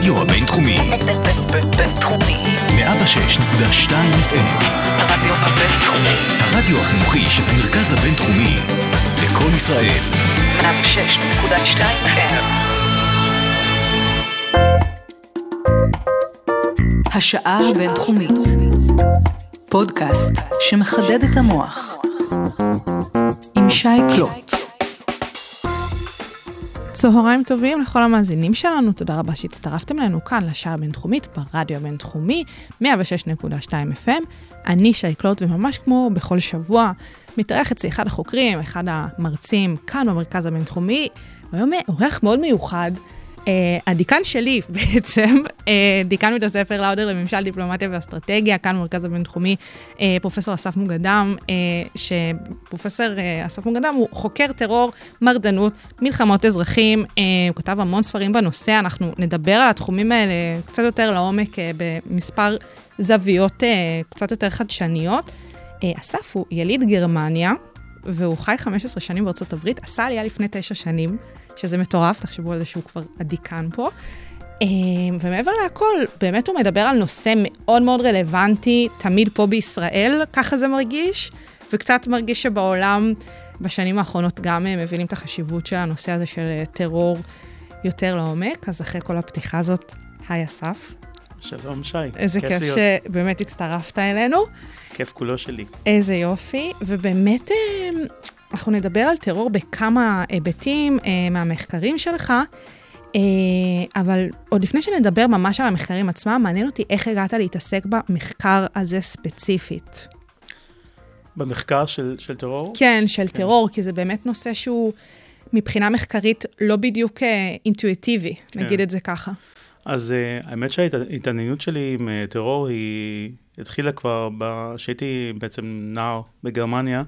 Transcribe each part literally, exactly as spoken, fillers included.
הרדיו הבינתחומי. בינתחומי. מאה ושש נקודה שתיים אף אם. הרדיו הבינתחומי. הרדיו החינוכי של המרכז הבינתחומי. לקול ישראל. מאה ושש נקודה שתיים אף אם. השעה הבינתחומית. פודקאסט שמחדד את המוח. עם שי קלוט. צהריים טובים לכל המאזינים שלנו, תודה רבה שהצטרפתם לנו כאן לשעה הבינתחומית ברדיו הבינתחומי, מאה ושש נקודה שתיים אף אם. אני שי קלוט, וממש כמו בכל שבוע, מתארח אצלי אחד החוקרים, אחד המרצים כאן במרכז הבינתחומי, והיום אורח מאוד מיוחד, Uh, הדיקן שלי בעצם, uh, דיקן בית הספר לאודר לממשל דיפלומטיה ואסטרטגיה, כאן במרכז הבינתחומי, uh, פרופסור אסף מוגדם, uh, שפרופסור uh, אסף מוגדם הוא חוקר טרור, מרדנות, מלחמות אזרחים, uh, הוא כתב המון ספרים בנושא, אנחנו נדבר על התחומים האלה קצת יותר לעומק, uh, במספר זוויות uh, קצת יותר חדשניות. Uh, אסף הוא יליד גרמניה, והוא חי חמש עשרה שנים בארצות הברית, עשה עלייה לפני תשע שנים, שזה מטורף, תחשבו על זה שהוא כבר הדיקן פה. ומעבר להכל, באמת הוא מדבר על נושא מאוד מאוד רלוונטי, תמיד פה בישראל, ככה זה מרגיש, וקצת מרגיש שבעולם בשנים האחרונות גם מבינים את החשיבות של הנושא הזה של טרור יותר לעומק, אז אחרי כל הפתיחה הזאת, היי אסף. שלום שי, איזה כיף שבאמת הצטרפת אלינו. כיף כולו שלי. איזה יופי, ובאמת אנחנו נדבר על טרור בכמה היבטים מהמחקרים שלך, אבל עוד לפני שנדבר ממש על המחקרים עצמם, מעניין אותי איך הגעת להתעסק במחקר הזה ספציפית. במחקר של, של טרור? כן, של כן. טרור, כי זה באמת נושא שהוא מבחינה מחקרית לא בדיוק אינטואיטיבי, כן. נגיד את זה ככה. אז uh, האמת שההתעניינות שלי עם uh, טרור היא התחילה כבר שהייתי בעצם נער בגרמניה,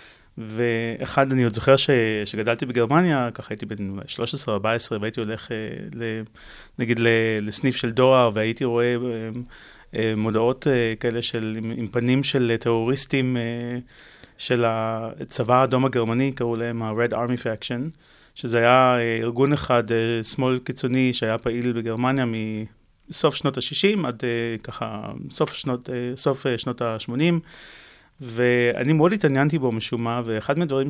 ואחד, אני עוד זוכר ש, שגדלתי בגרמניה, ככה הייתי בן שלוש עשרה ארבע עשרה, והייתי הולך, ל, נגיד, ל, לסניף של דואר, והייתי רואה uh, uh, מודעות uh, כאלה של, עם, עם פנים של טרוריסטים uh, של הצבא האדום הגרמני, קראו להם ה-Red Army Faction, שזה היה ארגון אחד, שמאל קיצוני, שהיה פעיל בגרמניה מסוף שנות ה-שישים עד ככה סוף שנות, סוף שנות ה-שמונים, ואני מאוד התעניינתי בו משום מה, ואחד מהדברים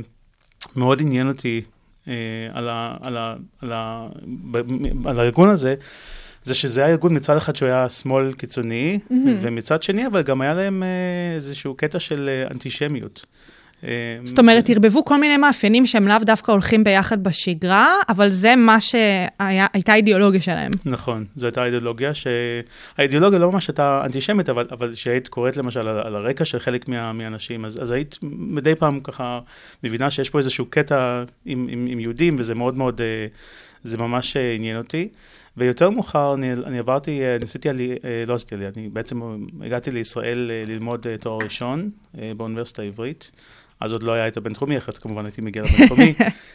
שמאוד עניין אותי על, ה, על, ה, על, ה, על הארגון הזה, זה שזה היה ארגון מצד אחד שהוא היה שמאל קיצוני, mm-hmm. ומצד שני, אבל גם היה להם איזשהו קטע של אנטישמיות. זאת אומרת, הרבבו כל מיני מאפיינים שהם לאו דווקא הולכים ביחד בשגרה, אבל זה מה שהייתה האידיאולוגיה שלהם. נכון, זו הייתה האידיאולוגיה, שהאידיאולוגיה לא ממש הייתה אנטישמית, אבל, אבל שהיית קוראת למשל על, על הרקע של חלק מה, מהאנשים, אז, אז היית מדי פעם ככה מבינה שיש פה איזשהו קטע עם, עם, עם יהודים, וזה מאוד מאוד, זה ממש עניין אותי. ויותר מאוחר אני, אני עברתי, ניסיתי עלי, לא עשיתי עלי, אני בעצם הגעתי לישראל ללמוד תואר ראשון באוניברסיטה העברית, אז עוד לא היה את הבינתחומי, אחרת כמובן הייתי מגיע לבינתחומי.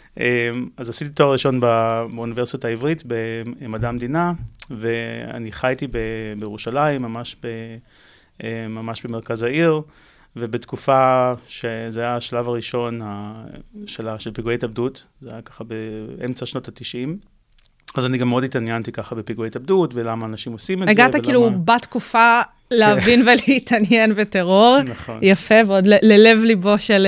אז עשיתי תואר ראשון באוניברסיטה העברית במדע המדינה, ואני חייתי בירושלים, ממש, ב, ממש במרכז העיר, ובתקופה שזה היה השלב הראשון של, של פיגועי התאבדות, זה היה ככה באמצע שנות ה-תשעים, אז אני גם מאוד התעניינתי ככה בפיגועי התאבדות, ולמה אנשים עושים את זה. הגעת כאילו בתקופה להבין ולהתעניין בטרור. נכון. יפה, ועוד ללב ליבו של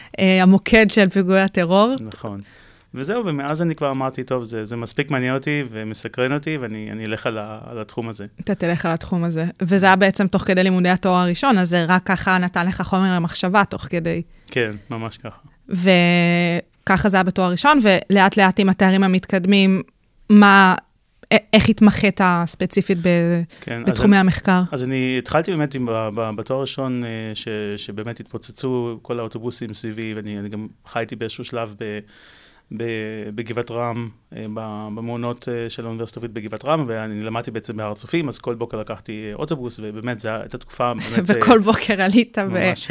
המוקד של פיגועי הטרור. נכון. וזהו, ומאז אני כבר אמרתי, טוב, זה, זה מספיק מעניין אותי ומסקרן אותי, ואני אני אלך על, ה, על התחום הזה. אתה תלך על התחום הזה. וזה היה בעצם תוך כדי לימודי התואר הראשון, אז זה רק ככה נתן לך חומר למחשבה תוך כדי. כן, ממש ככה. וככה זה היה בתואר ראשון, ולאט לאט עם התארים המתקדמים, מה, איך התמחית ספציפית כן, בתחומי אז המחקר? אז אני התחלתי באמת עם, בתואר ראשון, ש, שבאמת התפוצצו כל האוטובוסים סביבי, ואני אני גם חייתי באיזשהו שלב ב, ב, בגבעת רם, במעונות של האוניברסיטה העברית בגבעת רם, ואני למדתי בעצם בהר הצופים, אז כל בוקר לקחתי אוטובוס, ובאמת זו הייתה תקופה באמת... וכל בוקר עלית ממש...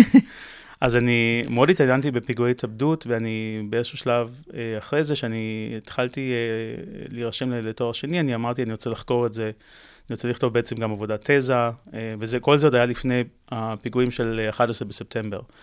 אז אני מאוד התעניינתי בפיגועי התאבדות, ואני באיזשהו שלב, אחרי זה שאני התחלתי להירשם לתואר שני, אני אמרתי, אני רוצה לחקור את זה, אני רוצה לכתוב בעצם גם עבודת תזה, וכל זה עוד היה לפני הפיגועים של אחד עשר בספטמבר.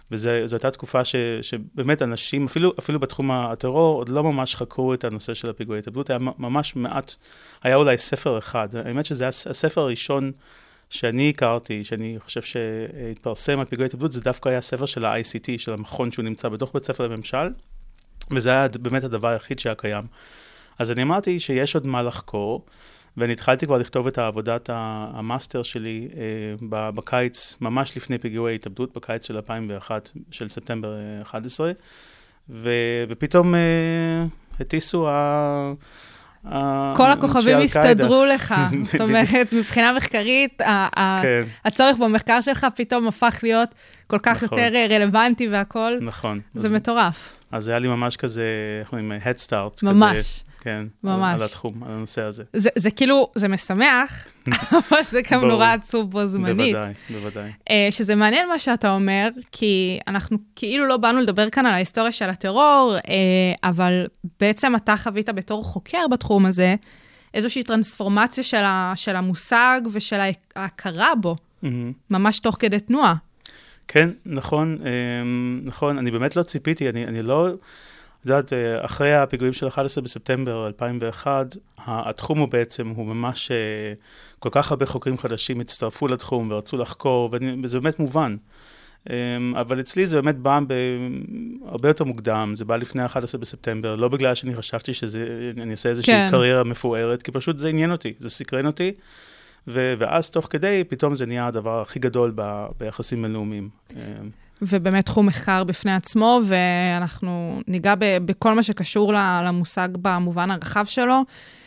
וזו הייתה תקופה ש, שבאמת אנשים, אפילו, אפילו בתחום הטרור, עוד לא ממש חקרו את הנושא של הפיגועי התאבדות, היה ממש מעט, היה אולי ספר אחד. האמת שזה היה הספר הראשון שאני הכרתי, שאני חושב שהתפרסם על פיגועי התאבדות, זה דווקא היה ספר של ה-איי סי טי, של המכון שהוא נמצא בתוך בית ספר לממשל, וזה היה באמת הדבר היחיד שהיה קיים. אז אני אמרתי שיש עוד מה לחקור, ואני התחלתי כבר לכתוב את העבודת המאסטר שלי אה, בקיץ, ממש לפני פיגועי התאבדות, בקיץ של אלפיים ואחת, של ספטמבר אחת עשרה, ו, ופתאום אה, הטיסו ה... כל הכוכבים הסתדרו לך, זאת אומרת, מבחינה מחקרית, הצורך במחקר שלך פתאום הפך להיות כל כך יותר רלוונטי והכל. נכון. זה מטורף. אז היה לי ממש כזה, איך אומרים, head start. ממש. כן, ממש. על התחום, על הנושא הזה. זה, זה כאילו, זה משמח, אבל זה גם נורא עצוב בו זמנית. בוודאי, בוודאי. שזה מעניין מה שאתה אומר, כי אנחנו כאילו לא באנו לדבר כאן על ההיסטוריה של הטרור, אבל בעצם אתה חווית בתור חוקר בתחום הזה, איזושהי טרנספורמציה של, ה, של המושג ושל ההכרה בו, mm-hmm. ממש תוך כדי תנועה. כן, נכון, נכון, אני באמת לא ציפיתי, אני, אני לא... יודעת, אחרי הפיגועים של אחד עשר בספטמבר אלפיים ואחת, התחום הוא בעצם, הוא ממש, כל כך הרבה חוקרים חדשים הצטרפו לתחום ורצו לחקור, וזה באמת מובן. אבל אצלי זה באמת בא הרבה יותר מוקדם, זה בא לפני אחד עשר בספטמבר, לא בגלל שאני חשבתי שאני אעשה איזושהי כן. קריירה מפוארת, כי פשוט זה עניין אותי, זה סקרן אותי, ו- ואז תוך כדי, פתאום זה נהיה הדבר הכי גדול ב- ביחסים בינלאומיים. ובאמת תחום מחקר בפני עצמו, ואנחנו ניגע ב- בכל מה שקשור למושג במובן הרחב שלו.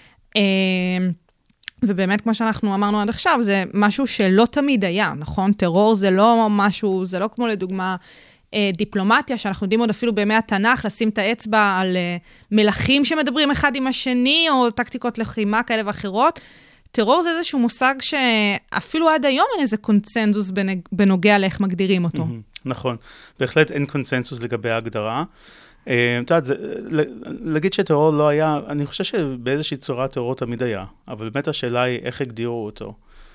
ובאמת, כמו שאנחנו אמרנו עד עכשיו, זה משהו שלא תמיד היה, נכון? טרור זה לא משהו, זה לא כמו לדוגמה דיפלומטיה, שאנחנו יודעים עוד אפילו בימי התנ"ך, לשים את האצבע על מלכים שמדברים אחד עם השני, או טקטיקות לחימה כאלה ואחרות. טרור זה איזשהו מושג שאפילו עד היום אין איזה קונצנזוס בנוגע לאיך מגדירים אותו. נכון, בהחלט אין קונצנזוס לגבי ההגדרה. אתה יודעת, להגיד שטרור לא היה, אני חושב שבאיזושהי צורה טרור תמיד היה, אבל באמת השאלה היא איך הגדירו אותו.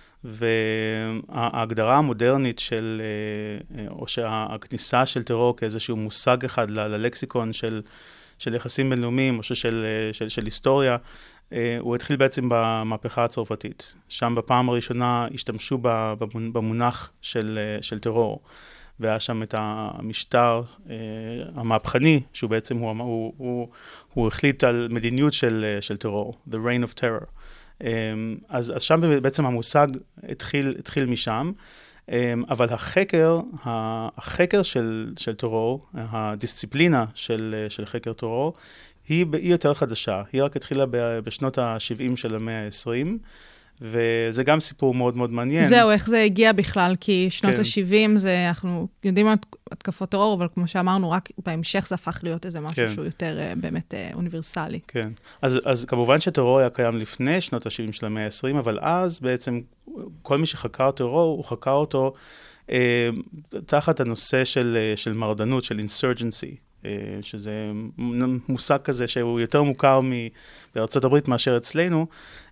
וההגדרה המודרנית של, או שהכניסה של טרור כאיזשהו מושג אחד ללקסיקון של, של יחסים בינלאומיים, או של, של, של היסטוריה, הוא התחיל בעצם במהפכה הצרפתית. שם בפעם הראשונה השתמשו במונח של, של טרור. והיה שם את המשטר אה, המהפכני, שהוא בעצם, הוא, הוא, הוא, הוא החליט על מדיניות של, של טרור, the reign of terror. אה, אז, אז שם בעצם המושג התחיל, התחיל משם, אה, אבל החקר, החקר של, של טרור, הדיסציפלינה של, של חקר טרור, היא, היא יותר חדשה. היא רק התחילה בשנות ה-שבעים של המאה ה-עשרים, וזה גם סיפור מאוד מאוד מעניין. זהו, איך זה הגיע בכלל, כי שנות ה-שבעים זה, אנחנו יודעים על התקפות טרור, אבל כמו שאמרנו, רק בהמשך זה הפך להיות איזה משהו שהוא יותר באמת אוניברסלי. כן, אז, אז כמובן שטרור היה קיים לפני שנות ה-שבעים של המאה ה-עשרים, אבל אז בעצם כל מי שחקר טרור, הוא חקר אותו אה, תחת הנושא של, של מרדנות, של insurgency. שזה מושג כזה שהוא יותר מוכר בארצות הברית מאשר אצלנו,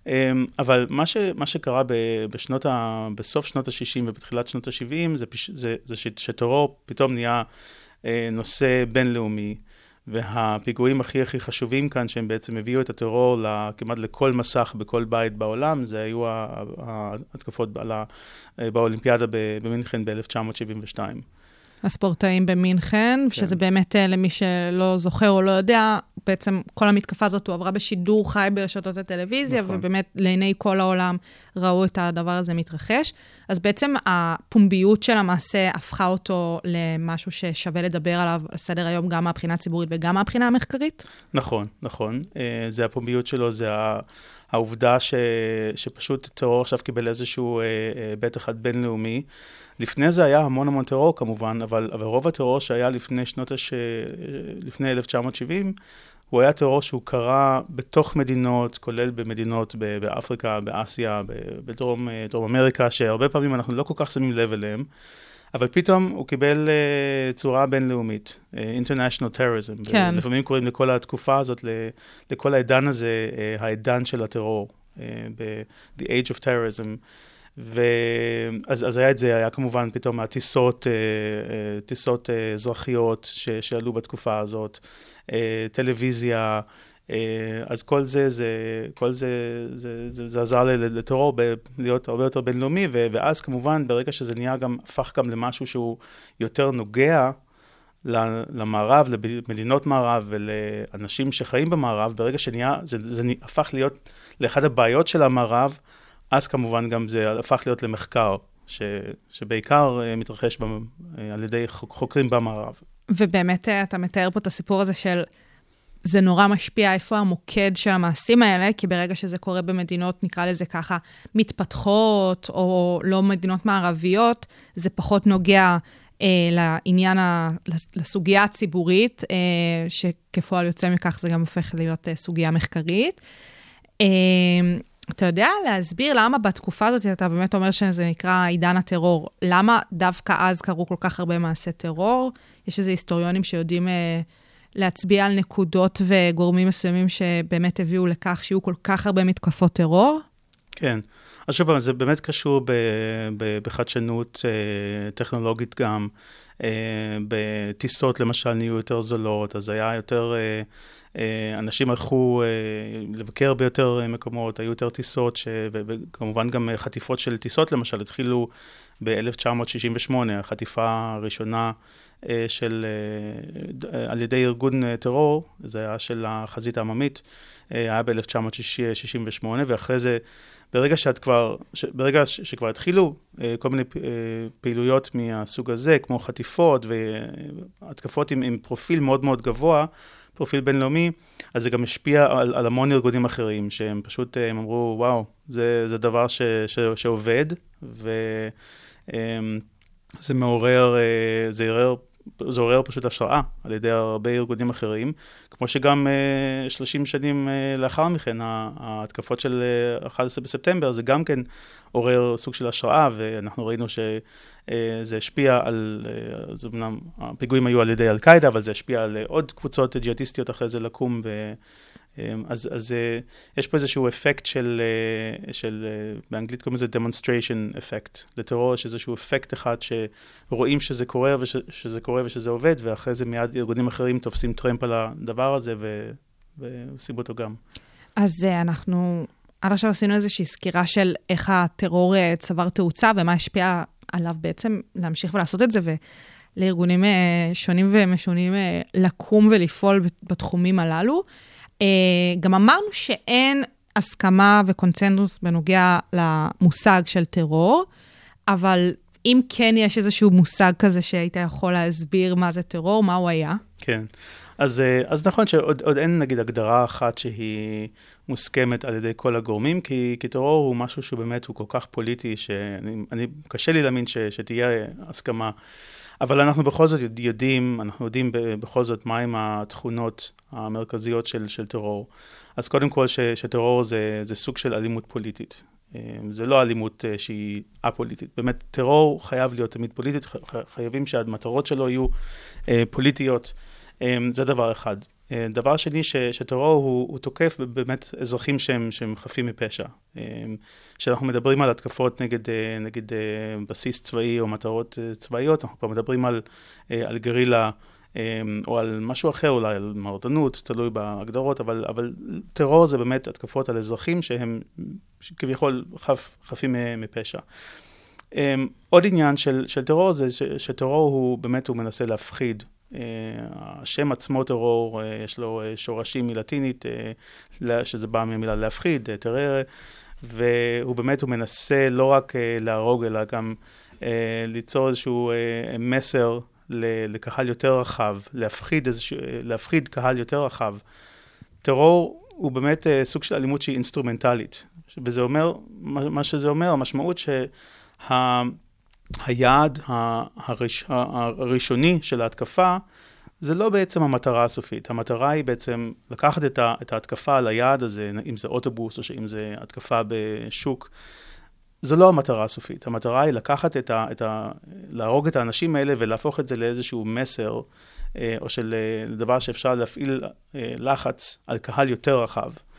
אבל מה, ש, מה שקרה בשנות ה, בסוף שנות ה-שישים ובתחילת שנות ה-שבעים, זה, זה, זה שטרור פתאום נהיה נושא בינלאומי, והפיגועים הכי הכי חשובים כאן, שהם בעצם הביאו את הטרור כמעט לכל מסך בכל בית בעולם, זה היו ההתקפות באולימפיאדה במינכן ב-אלף תשע מאות שבעים ושתיים. הספורטאים במינכן, כן. שזה באמת למי שלא זוכר או לא יודע, בעצם כל המתקפה הזאת הוא עברה בשידור חי ברשתות הטלוויזיה, נכון. ובאמת לעיני כל העולם ראו את הדבר הזה מתרחש. אז בעצם הפומביות של המעשה הפכה אותו למשהו ששווה לדבר עליו על סדר היום, גם מהבחינה הציבורית וגם מהבחינה המחקרית? נכון, נכון. זה הפומביות שלו, זה העובדה ש... שפשוט טרור עכשיו קיבל איזשהו בית אחד בינלאומי. לפני זה היה המון המון טרור כמובן, אבל, אבל רוב הטרור שהיה לפני שנות הש... לפני אלף תשע מאות שבעים, הוא היה טרור שהוא קרה בתוך מדינות, כולל במדינות באפריקה, באסיה, בדרום דרום אמריקה, שהרבה פעמים אנחנו לא כל כך שמים לב אליהם, אבל פתאום הוא קיבל uh, צורה בינלאומית, uh, international terrorism. כן. לפעמים קוראים לכל התקופה הזאת, לכל העידן הזה, uh, העידן של הטרור, uh, ב- the age of terrorism. ואז אז היה את זה, היה כמובן פתאום הטיסות, טיסות אזרחיות ש, שעלו בתקופה הזאת, טלוויזיה, אז כל זה, זה, כל זה, זה, זה, זה עזר לטרור ב- להיות הרבה יותר בינלאומי, ו- ואז כמובן ברגע שזה נהיה גם, הפך גם למשהו שהוא יותר נוגע למערב, למדינות מערב ולאנשים שחיים במערב, ברגע שנהיה, זה, זה הפך להיות לאחד הבעיות של המערב, אז כמובן גם זה הפך להיות למחקר, ש, שבעיקר מתרחש ב, על ידי חוקרים במערב. ובאמת אתה מתאר פה את הסיפור הזה של, זה נורא משפיע איפה המוקד של המעשים האלה, כי ברגע שזה קורה במדינות, נקרא לזה ככה, מתפתחות, או לא מדינות מערביות, זה פחות נוגע אה, לעניין, ה, לסוגיה הציבורית, אה, שכפועל יוצא מכך זה גם הופך להיות אה, סוגיה מחקרית. אה, אתה יודע להסביר למה בתקופה הזאת, אתה באמת אומר שזה נקרא עידן הטרור, למה דווקא אז קרו כל כך הרבה מעשי טרור? יש איזה היסטוריונים שיודעים אה, להצביע על נקודות וגורמים מסוימים שבאמת הביאו לכך שיהיו כל כך הרבה מתקפות טרור? כן. אז שוב פעם, זה באמת קשור ב, ב, בחדשנות אה, טכנולוגית גם, אה, בטיסות למשל נהיו יותר זולות, אז היה יותר, אה, אה, אנשים הלכו אה, לבקר ביותר מקומות, היו יותר טיסות, ש, ו, וכמובן גם חטיפות של טיסות למשל, התחילו ב-אלף תשע מאות שישים ושמונה, החטיפה הראשונה אה, של, אה, על ידי ארגון טרור, זה היה של החזית העממית, אה, היה ב-אלף תשע מאות שישים ושמונה, ואחרי זה, ברגע שאת כבר, ש, ברגע ש, שכבר התחילו אה, כל מיני אה, פעילויות מהסוג הזה, כמו חטיפות והתקפות עם, עם פרופיל מאוד מאוד גבוה, פרופיל בינלאומי, אז זה גם משפיע על, על המון ארגונים אחרים, שהם פשוט הם אמרו, וואו, זה, זה דבר ש, ש, שעובד, וזה מעורר, זה עורר, זה עורר פשוט השראה על ידי הרבה ארגונים אחרים, כמו שגם שלושים שנים לאחר מכן, ההתקפות של אחד עשר בספטמבר, זה גם כן עורר סוג של השראה, ואנחנו ראינו שזה השפיע על, זה אמנם, הפיגועים היו על ידי אל-קאידה, אבל זה השפיע על עוד קבוצות ג'יהאדיסטיות אחרי זה לקום, ו... אז, אז יש פה איזשהו אפקט של, של, באנגלית קוראים לזה demonstration effect. לטרור יש איזשהו אפקט אחד שרואים שזה קורה, ושזה קורה ושזה עובד, ואחרי זה מיד ארגונים אחרים תופסים טרמפ על הדבר הזה, ו, ועושים אותו גם. אז אנחנו עד עכשיו עשינו איזושהי סקירה של איך הטרור צבר תאוצה, ומה השפיע עליו בעצם להמשיך ולעשות את זה, ולארגונים שונים ומשונים לקום ולפעול בתחומים הללו. גם אמרנו שאין הסכמה וקונצנזוס בנוגע למושג של טרור, אבל אם כן יש איזשהו מושג כזה שהיית יכול להסביר מה זה טרור, מה הוא היה? כן, אז, אז נכון שעוד עוד אין נגיד הגדרה אחת שהיא מוסכמת על ידי כל הגורמים, כי, כי טרור הוא משהו שהוא באמת הוא כל כך פוליטי, שאני אני, קשה לי להאמין ש, שתהיה הסכמה. אבל אנחנו בכל זאת יודעים, אנחנו יודעים בכל זאת מהם התכונות המרכזיות של, של טרור. אז קודם כל ש, שטרור זה, זה סוג של אלימות פוליטית. זה לא אלימות שהיא א-פוליטית. באמת, טרור חייב להיות תמיד פוליטית, חייבים שהמטרות שלו יהיו פוליטיות. זה דבר אחד. דבר שני, ש, שטרור הוא, הוא תוקף באמת אזרחים שהם, שהם חפים מפשע. כשאנחנו מדברים על התקפות נגד, נגד בסיס צבאי או מטרות צבאיות, אנחנו כבר מדברים על, על גרילה או על משהו אחר, אולי על מרדנות, תלוי בהגדרות, אבל, אבל טרור זה באמת התקפות על אזרחים שהם כביכול חפ, חפים מפשע. עוד עניין של, של טרור זה ש, שטרור הוא באמת הוא מנסה להפחיד. השם עצמו טרור, יש לו שורשים מלטינית, שזה בא מהמילה להפחיד, טררה, והוא באמת, הוא מנסה לא רק להרוג, אלא גם ליצור איזשהו מסר לקהל יותר רחב, להפחיד, איזשהו, להפחיד קהל יותר רחב. טרור הוא באמת סוג של אלימות שהיא אינסטרומנטלית, וזה אומר, מה שזה אומר, המשמעות שה... היעד הראש, הראשוני של ההתקפה, זה לא בעצם המטרה הסופית. המטרה היא בעצם לקחת את, ה, את ההתקפה על היעד הזה, אם זה אוטובוס או שאם זה התקפה בשוק. זו לא המטרה הסופית. המטרה היא לקחת את ה, את ה, להרוג את האנשים האלה ולהפוך את זה לאיזשהו מסר, או של דבר שאפשר להפעיל לחץ על קהל יותר רחב.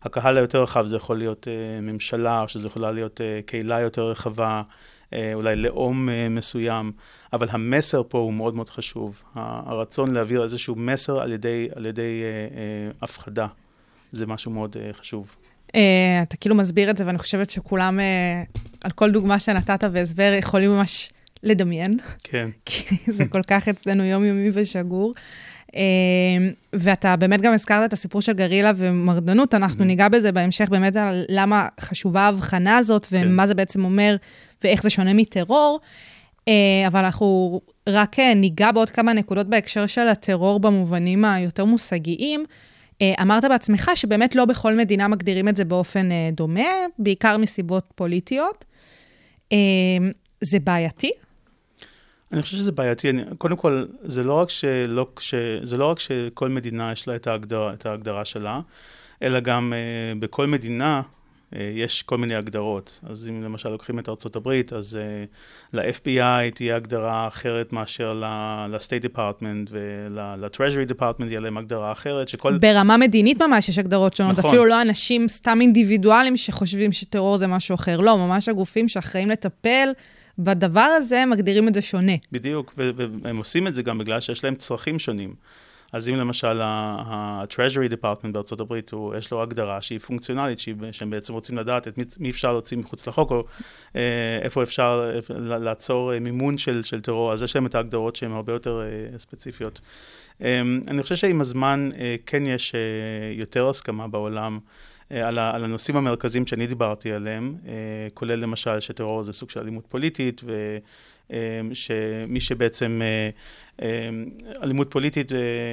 הקהל היותר רחב זה יכול להיות אה, ממשלה, או שזה יכולה להיות אה, קהילה יותר רחבה, אה, אולי לאום אה, מסוים, אבל המסר פה הוא מאוד מאוד חשוב. הרצון להעביר איזשהו מסר על ידי, על ידי אה, אה, הפחדה, זה משהו מאוד אה, חשוב. Uh, אתה כאילו מסביר את זה, ואני חושבת שכולם, uh, על כל דוגמה שנתת והסבר, יכולים ממש לדמיין. כן. כי זה כל כך אצלנו יומיומי ושגור. Uh, ואתה באמת גם הזכרת את הסיפור של גרילה ומרדנות, אנחנו ניגע בזה בהמשך באמת על למה חשובה ההבחנה הזאת, ומה זה בעצם אומר, ואיך זה שונה מטרור. Uh, אבל אנחנו רק ניגע בעוד כמה נקודות בהקשר של הטרור במובנים היותר מושגיים. אמרת בעצמך שבאמת לא בכל מדינה מגדירים את זה באופן דומה, בעיקר מסיבות פוליטיות. זה בעייתי? אני חושב שזה בעייתי. קודם כל, זה לא רק שלא, זה לא רק שכל מדינה יש לה את ההגדרה, את ההגדרה שלה, אלא גם בכל מדינה יש כל מיני הגדרות. אז אם למשל לוקחים את ארצות הברית, אז uh, ל-אף בי איי תהיה הגדרה אחרת מאשר ל-State Department ול-Treasury Department יהיה להם הגדרה אחרת, שכל... ברמה מדינית ממש יש הגדרות שונות. נכון. אפילו לא אנשים סתם אינדיבידואלים שחושבים שטרור זה משהו אחר. לא, ממש הגופים שאחראים לטפל בדבר הזה מגדירים את זה שונה. בדיוק, והם עושים את זה גם בגלל שיש להם צרכים שונים. אז אם למשל ה-Treasury Department בארצות הברית, הוא, יש לו הגדרה שהיא פונקציונלית, שהם בעצם רוצים לדעת את מי, מי אפשר להוציא מחוץ לחוק, או אה, איפה אפשר לעצור מימון של, של טרור, אז יש להם את ההגדרות שהן הרבה יותר אה, ספציפיות. אה, אני חושב שעם הזמן אה, כן יש אה, יותר הסכמה בעולם, על הנושאים המרכזיים שאני דיברתי עליהם, כולל למשל שטרור זה סוג של אלימות פוליטית, ושמי שבעצם אלימות פוליטית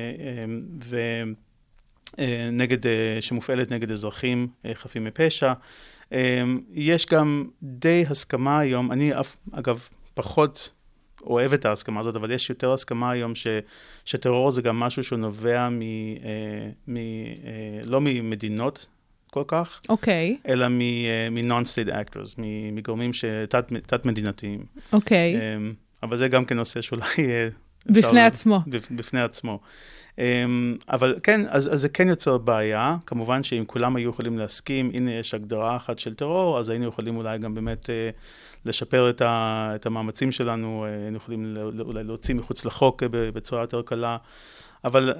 ונגד, שמופעלת נגד אזרחים חפים מפשע. יש גם די הסכמה היום, אני אגב פחות אוהב את ההסכמה הזאת, אבל יש יותר הסכמה היום ש, שטרור זה גם משהו שהוא נובע מ, מ, לא ממדינות, כל כך, אוקיי. Okay. אלא מ-non-state actors, מגורמים תת-מדינתיים. אוקיי. Okay. אבל זה גם כן נושא שאולי... בפני עצמו. בפני עצמו. אבל כן, אז, אז זה כן יוצר בעיה. כמובן שאם כולם היו יכולים להסכים, הנה יש הגדרה אחת של טרור, אז היינו יכולים אולי גם באמת לשפר את, ה, את המאמצים שלנו, היינו יכולים אולי להוציא מחוץ לחוק בצורה יותר קלה. אבל...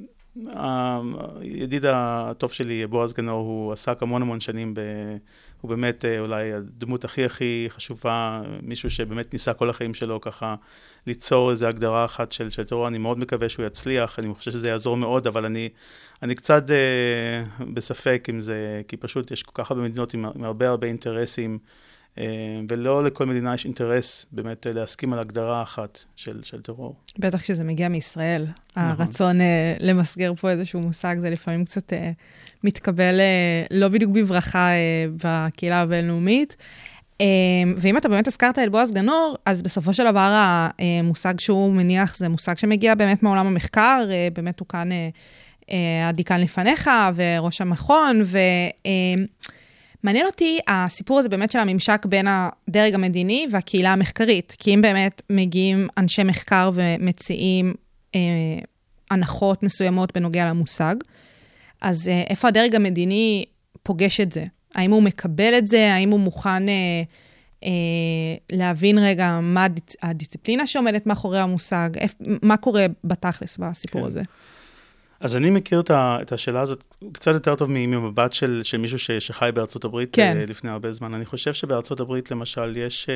הידיד הטוב שלי, בועז גנור, הוא עסק המון המון שנים, ב... הוא באמת אולי הדמות הכי הכי חשובה, מישהו שבאמת ניסה כל החיים שלו ככה ליצור איזו הגדרה אחת של, של טרור. אני מאוד מקווה שהוא יצליח, אני חושב שזה יעזור מאוד, אבל אני, אני קצת אה, בספק עם זה, כי פשוט יש כל כך הרבה מדינות עם, עם הרבה הרבה אינטרסים, ולא לכל מדינה יש אינטרס באמת להסכים על הגדרה אחת של, של טרור. בטח שזה מגיע מישראל. הרצון למסגר פה איזשהו מושג, זה לפעמים קצת מתקבל לא בדיוק בברכה בקהילה הבינלאומית. ואם אתה באמת הזכרת את בועז גנור, אז בסופו של דבר המושג שהוא מניח זה מושג שמגיע באמת מעולם המחקר, באמת הוא כאן הדיקן לפניך וראש המכון, ו... מעניין אותי הסיפור הזה באמת של הממשק בין הדרג המדיני והקהילה המחקרית, כי אם באמת מגיעים אנשי מחקר ומציעים אה, הנחות מסוימות בנוגע למושג, אז אה, איפה הדרג המדיני פוגש את זה? האם הוא מקבל את זה? האם הוא מוכן אה, אה, להבין רגע מה הדיצ... הדיסציפלינה שעומדת מאחורי המושג? איפ... מה קורה בתכלס בסיפור כן. הזה? אז אני מכיר את השאלה הזאת קצת יותר טוב ממבט של, של מישהו ש, שחי בארצות הברית כן. לפני הרבה זמן. אני חושב שבארצות הברית למשל יש,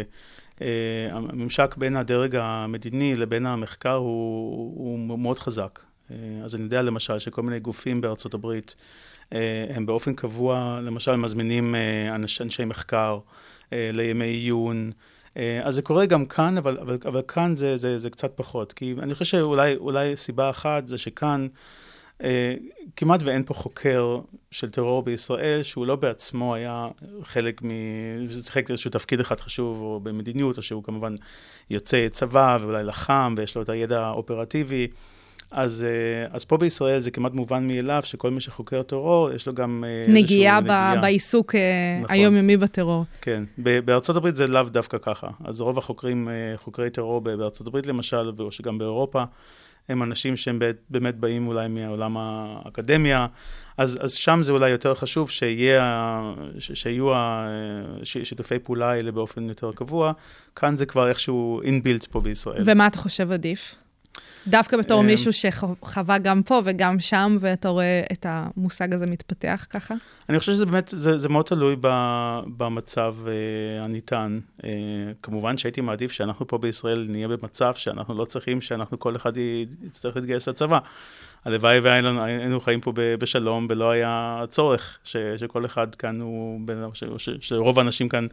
הממשק בין הדרג המדיני לבין המחקר הוא, הוא מאוד חזק. אז אני יודע למשל שכל מיני גופים בארצות הברית, הם באופן קבוע, למשל מזמינים אנשי מחקר לימי עיון, אז זה קורה גם כאן, אבל, אבל, אבל כאן זה, זה, זה קצת פחות. כי אני חושב שאולי, אולי סיבה אחת זה שכאן אה, כמעט ואין פה חוקר של טרור בישראל, שהוא לא בעצמו היה חלק מ... חלק איזשהו תפקיד אחד חשוב, או במדיניות, או שהוא כמובן יוצא צבא, ואולי לחם, ויש לו את הידע האופרטיבי. אז, אז פה בישראל זה כמעט מובן מאליו שכל מי שחוקר טרור, יש לו גם נגיעה ב- בעיסוק נכון. היומיומי בטרור. כן, בארצות הברית זה לאו דווקא ככה. אז רוב החוקרים, חוקרי טרור בארצות הברית למשל, וגם באירופה, הם אנשים שהם באמת באים אולי מהעולם האקדמיה, אז, אז שם זה אולי יותר חשוב שיהיה, שיהיו שיתופי פעולה האלה באופן יותר קבוע, כאן זה כבר איכשהו inbuilt פה בישראל. ומה אתה חושב עדיף? דווקא בתור מישהו שחווה גם פה וגם שם, ואתה רואה את המושג הזה מתפתח ככה? אני חושב שזה באמת, זה, זה מאוד תלוי במצב הניתן. כמובן שהייתי מעדיף שאנחנו פה בישראל נהיה במצב שאנחנו לא צריכים, שאנחנו כל אחד יצטרך להתגייס לצבא. הלוואי והיינו חיים פה בשלום, ולא היה צורך שכל אחד כאן הוא, שרוב האנשים כאן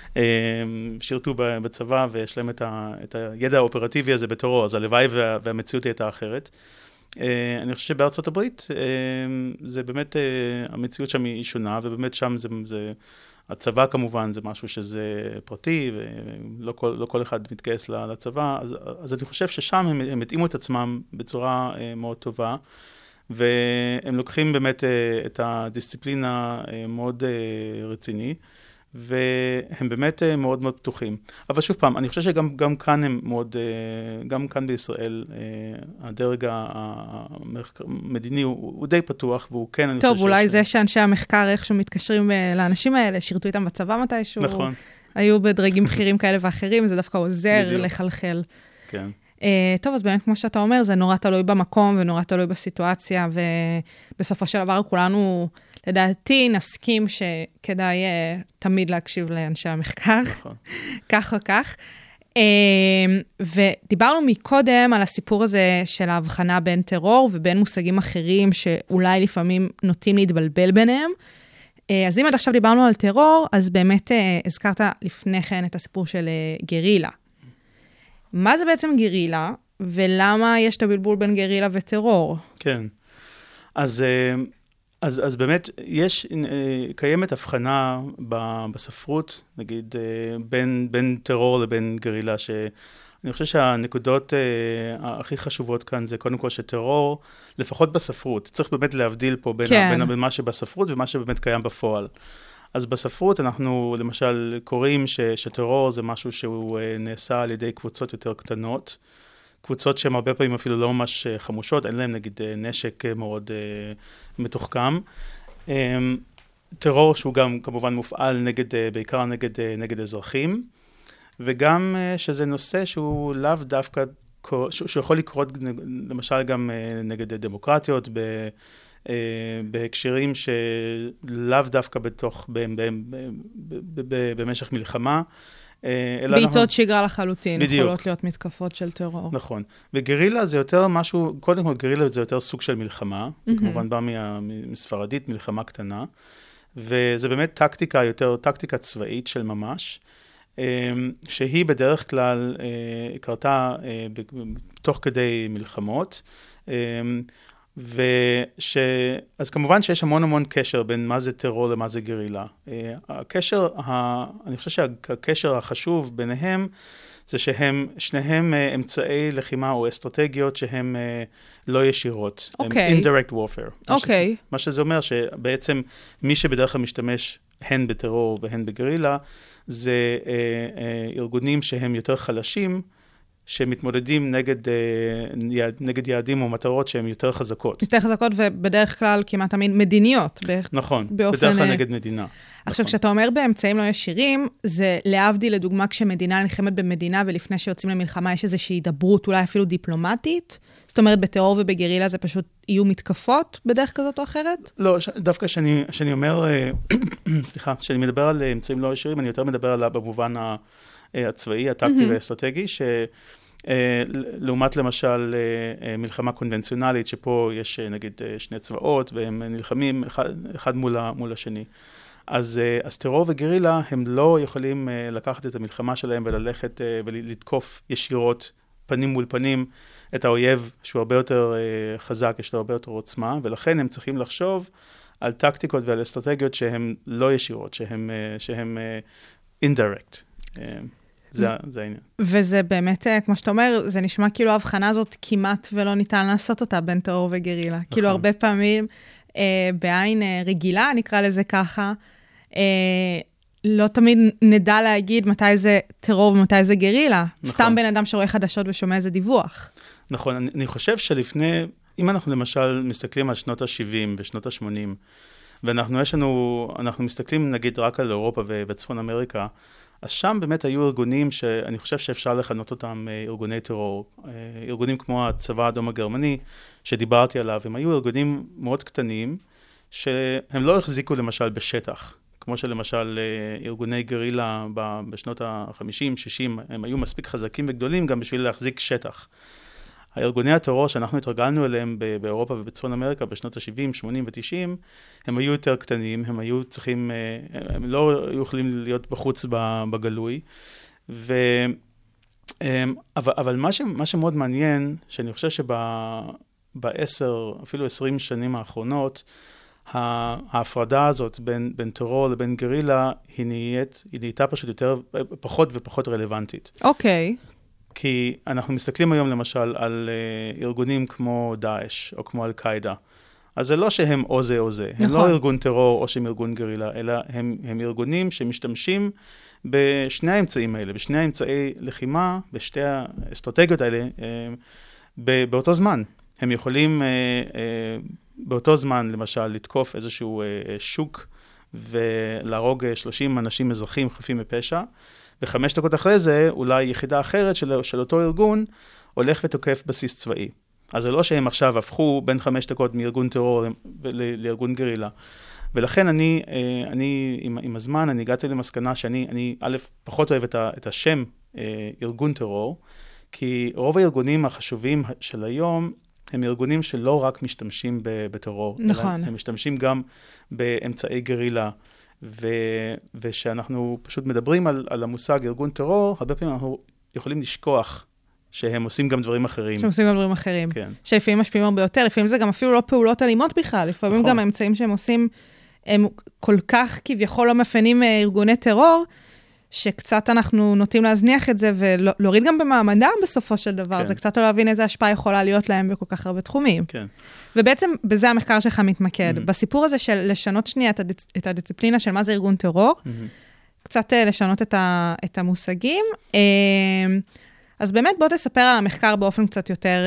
שירתו בצבא, ויש להם את הידע האופרטיבי הזה בטרור, אז הלוואי והמציאות הייתה אחרת. אני חושב שבארצות הברית זה באמת, המציאות שם היא שונה, ובאמת שם זה, הצבא כמובן זה משהו שזה פרטי, ולא כל, לא כל אחד מתגייס לצבא, אז, אז אני חושב ששם הם, הם התאימו את עצמם בצורה מאוד טובה, והם לוקחים באמת את הדיסציפלינה מאוד רציני, והם באמת מאוד מאוד פתוחים. אבל שוב פעם, אני חושב שגם גם כאן הם מאוד, גם כאן בישראל, הדרג המדיני הוא, הוא די פתוח, והוא כן, אני טוב, חושב... טוב, אולי זה שאנשי המחקר איכשהו מתקשרים לאנשים האלה, שירתו איתם בצבא מתישהו. נכון. היו בדרגים בכירים כאלה ואחרים, זה דווקא עוזר לחלחל. כן. טוב, אז באמת, כמו שאתה אומר, זה נורא תלוי במקום, ונורא תלוי בסיטואציה, ובסופו של דבר כולנו... לדעתי נסכים שכדאי uh, תמיד להקשיב לאנשי המחקר, נכון. כך או כך. Uh, ודיברנו מקודם על הסיפור הזה של ההבחנה בין טרור ובין מושגים אחרים שאולי לפעמים נוטים להתבלבל ביניהם. Uh, אז אם עד עכשיו דיברנו על טרור, אז באמת uh, הזכרת לפני כן את הסיפור של uh, גרילה. מה זה בעצם גרילה, ולמה יש את הבלבול בין גרילה וטרור? כן, אז... Uh... אז, אז באמת יש, קיימת הבחנה בספרות, נגיד, בין, בין טרור לבין גרילה, שאני חושב שהנקודות הכי חשובות כאן זה קודם כל שטרור, לפחות בספרות, צריך באמת להבדיל פה בין, כן. בין, בין מה שבספרות ומה שבאמת קיים בפועל. אז בספרות אנחנו למשל קוראים ש, שטרור זה משהו שהוא נעשה על ידי קבוצות יותר קטנות, קבוצות שהן הרבה פעמים אפילו לא ממש חמושות, אין להם נגיד נשק מאוד uh, מתוחכם. Um, טרור שהוא גם כמובן מופעל נגד, uh, בעיקר נגד, uh, נגד אזרחים, וגם uh, שזה נושא שהוא לאו דווקא, שיכול לקרות למשל גם uh, נגד דמוקרטיות, ב, uh, בהקשרים שלאו דווקא בתוך, ב, ב, ב, ב, ב, במשך מלחמה, בעיתות אנחנו... שגרה לחלוטין, בדיוק. יכולות להיות מתקפות של טרור. נכון. וגרילה זה יותר משהו, קודם כל גרילה זה יותר סוג של מלחמה, זה mm-hmm. כמובן בא מה, מספרדית, מלחמה קטנה, וזה באמת טקטיקה, יותר טקטיקה צבאית של ממש, שהיא בדרך כלל קרתה תוך כדי מלחמות, וש... אז כמובן שיש המון המון קשר בין מה זה טרור למה זה גרילה. הקשר, ה... אני חושב שהקשר החשוב ביניהם, זה שהם, שניהם אמצעי לחימה או אסטרטגיות שהם לא ישירות. אוקיי. הם indirect warfare. אוקיי. מה שזה אומר שבעצם מי שבדרך כלל משתמש הן בטרור והן בגרילה, זה ארגונים שהם יותר חלשים, שמתמודדים נגד, נגד יעדים או מטרות שהן יותר חזקות. יותר חזקות ובדרך כלל כמעט תמיד מדיניות. נכון, באופן... בדרך כלל נגד מדינה. עכשיו, נכון. כשאתה אומר באמצעים לא ישירים, זה להבדיל לדוגמה כשמדינה נלחמת במדינה, ולפני שיוצאים למלחמה יש איזושהי הידברות, אולי אפילו דיפלומטית. זאת אומרת, בטרור ובגרילה זה פשוט יהיו מתקפות בדרך כזאת או אחרת? לא, דווקא שאני, שאני אומר, סליחה, שאני מדבר על אמצעים לא ישירים, אני יותר מדבר עליו במובן ה... הצבאי, הטקטי והאסטרטגי, שלעומת למשל מלחמה קונבנציונלית, שפה יש נגיד שני צבאות, והם נלחמים אחד מול השני. אז, אז טרור וגרילה הם לא יכולים לקחת את המלחמה שלהם וללכת ולתקוף ישירות פנים מול פנים את האויב שהוא הרבה יותר חזק, יש לו הרבה יותר עוצמה, ולכן הם צריכים לחשוב על טקטיקות ועל אסטרטגיות שהן לא ישירות, שהן, שהן indirect. זה, זה העניין. וזה באמת, כמו שאתה אומר, זה נשמע כאילו ההבחנה הזאת כמעט ולא ניתן לעשות אותה בין טרור וגרילה. נכון. כאילו הרבה פעמים אה, בעין אה, רגילה, נקרא לזה ככה, אה, לא תמיד נדע להגיד מתי זה טרור ומתי זה גרילה. נכון. סתם בן אדם שרואה חדשות ושומע איזה דיווח. נכון, אני, אני חושב שלפני, אם אנחנו למשל מסתכלים על שנות ה-שבעים ושנות ה-שמונים, ואנחנו יש לנו, אנחנו מסתכלים נגיד רק על אירופה וצפון אמריקה, אז שם באמת היו ארגונים שאני חושב שאפשר לכנות אותם ארגוני טרור. ארגונים כמו הצבא האדום הגרמני, שדיברתי עליו, הם היו ארגונים מאוד קטנים, שהם לא החזיקו למשל בשטח. כמו שלמשל ארגוני גרילה בשנות ה-חמישים, שישים, הם היו מספיק חזקים וגדולים גם בשביל להחזיק שטח. הארגוני הטרור שאנחנו התרגלנו אליהם באירופה ובצפון אמריקה בשנות ה-שבעים, שמונים ו-תשעים, הם היו יותר קטנים, הם היו צריכים, הם לא היו יכולים להיות בחוץ בגלוי. ו... אבל, אבל מה, ש... מה שמאוד מעניין, שאני חושב שבעשר, אפילו עשרים שנים האחרונות, ההפרדה הזאת בין, בין טרור לבין גרילה, היא נהיית, היא נהייתה פשוט יותר, פחות ופחות רלוונטית. אוקיי. Okay. כי אנחנו מסתכלים היום למשל על uh, ארגונים כמו דאעש או כמו אל-קאידה. אז זה לא שהם או זה או זה. נכון. הם לא ארגון טרור או שהם ארגון גרילה, אלא הם, הם ארגונים שמשתמשים בשני האמצעים האלה, בשני האמצעי לחימה, בשתי האסטרטגיות האלה, uh, באותו זמן. הם יכולים uh, uh, באותו זמן, למשל, לתקוף איזשהו uh, שוק ולהרוג שלושים אנשים אזרחים חפים מפשע, וחמש דקות אחרי זה, אולי יחידה אחרת של, של אותו ארגון, הולך ותוקף בסיס צבאי. אז זה לא שהם עכשיו הפכו בין חמש דקות מארגון טרור לארגון גרילה. ולכן אני, אני עם, עם הזמן, אני הגעתי למסקנה שאני, אני, א', פחות אוהב את, ה, את השם ארגון טרור, כי רוב הארגונים החשובים של היום, הם ארגונים שלא רק משתמשים בטרור. נכון. הם משתמשים גם באמצעי גרילה, ו, ושאנחנו פשוט מדברים על, על המושג ארגון טרור, הרבה פעמים אנחנו יכולים לשכוח שהם עושים גם דברים אחרים. שהם עושים גם דברים אחרים. כן. שלפעמים משפיעים הרבה יותר, לפעמים זה גם אפילו לא פעולות אלימות בכלל, לפעמים נכון. גם האמצעים שהם עושים, הם כל כך כביכול לא מפנים ארגוני טרור, שקצת אנחנו נוטים להזניח את זה, ולהוריד גם במעמדם בסופו של דבר, כן. זה קצת לא להבין איזה השפעה יכולה להיות להם בכל כך הרבה תחומים. כן. ובעצם בזה המחקר שלך מתמקד. Mm-hmm. בסיפור הזה של לשנות שנייה את, הדיצ... את הדיסציפלינה של מה זה ארגון טרור, mm-hmm. קצת לשנות את, ה... את המושגים. אז באמת בוא תספר על המחקר באופן קצת יותר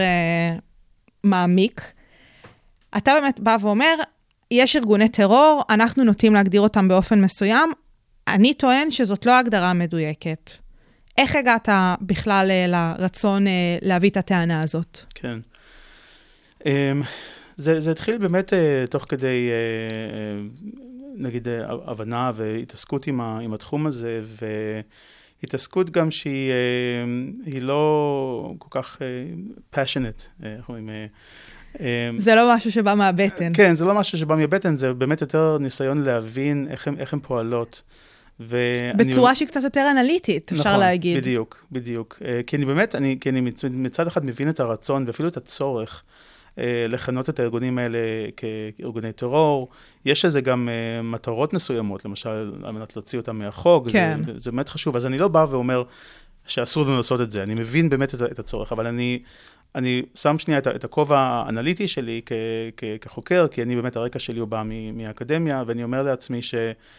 מעמיק. אתה באמת בא ואומר, יש ארגוני טרור, אנחנו נוטים להגדיר אותם באופן מסוים, אני טוען שזאת לא הגדרה מדויקת. איך הגעת בכלל לרצון להביא את הטענה הזאת? כן. זה, זה התחיל באמת תוך כדי, נגיד, הבנה והתעסקות עם, ה, עם התחום הזה, והתעסקות גם שהיא היא לא כל כך passionate, איך אומרים, זה לא משהו שבא מהבטן. כן, זה לא משהו שבא מהבטן, זה באמת יותר ניסיון להבין איך הם, איך הם פועלות. בצורה אני... שהיא קצת יותר אנליטית, אפשר נכון, להגיד. בדיוק, בדיוק. כי אני באמת, אני, כי אני מצ, מצד אחד מבין את הרצון, ואפילו את הצורך, לכנות את הארגונים האלה כארגוני טרור. יש לזה גם מטרות מסוימות, למשל, על מנת להוציא אותם מהחוק. כן. זה, זה באמת חשוב. אז אני לא בא ואומר שאסור לנו לעשות את זה. אני מבין באמת את, את הצורך, אבל אני... אני שם שנייה את, את הכובע האנליטי שלי כ, כ, כחוקר, כי אני באמת, הרקע שלי הוא בא מהאקדמיה, ואני אומר לעצמי ש...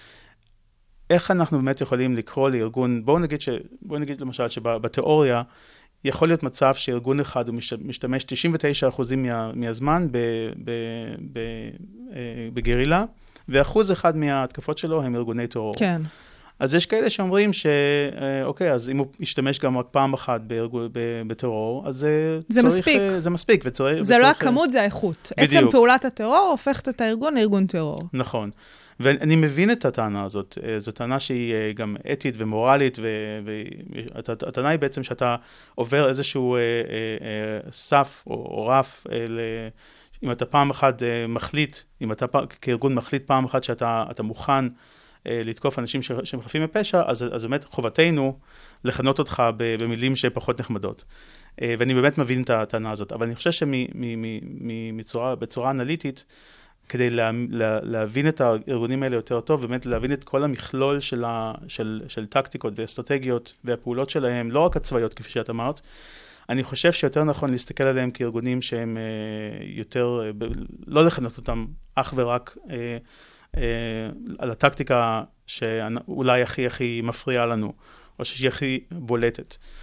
איך אנחנו באמת יכולים לקרוא לארגון, בואו נגיד, ש, בואו נגיד למשל שבתיאוריה, יכול להיות מצב שארגון אחד הוא משתמש תשעים ותשעה אחוז מה, מהזמן ב, ב, ב, בגרילה, ואחוז אחד מההתקפות שלו הם ארגוני טרור. כן. אז יש כאלה שאומרים שאוקיי, אז אם הוא ישתמש גם רק פעם אחת בטרור, אז זה צריך... מספיק. זה מספיק. וצריך, זה לא הכמות, זה האיכות. עצם פעולת הטרור הופכת את הארגון לארגון טרור. נכון. ואני מבין את הטענה הזאת. זו טענה שהיא גם אתית ומורלית, והטענה היא בעצם שאתה עובר איזשהו סף או רף, אם אתה פעם אחת מחליט, אם אתה כארגון מחליט פעם אחת שאתה מוכן לתקוף אנשים שהם חפים מפשע, אז, אז באמת חובתנו לכנות אותך במילים שהן פחות נחמדות. ואני באמת מבין את הטענה הזאת. אבל אני חושב שבצורה אנליטית, כדי לה, לה, להבין את הארגונים האלה יותר טוב, באמת להבין את כל המכלול של, ה, של, של טקטיקות ואסטרטגיות והפעולות שלהם, לא רק הצבאיות כפי שאת אמרת, אני חושב שיותר נכון להסתכל עליהם כארגונים שהם יותר, לא לכנות אותם אך ורק על הטקטיקה שאולי הכי הכי מפריעה לנו, או שהיא הכי בולטת.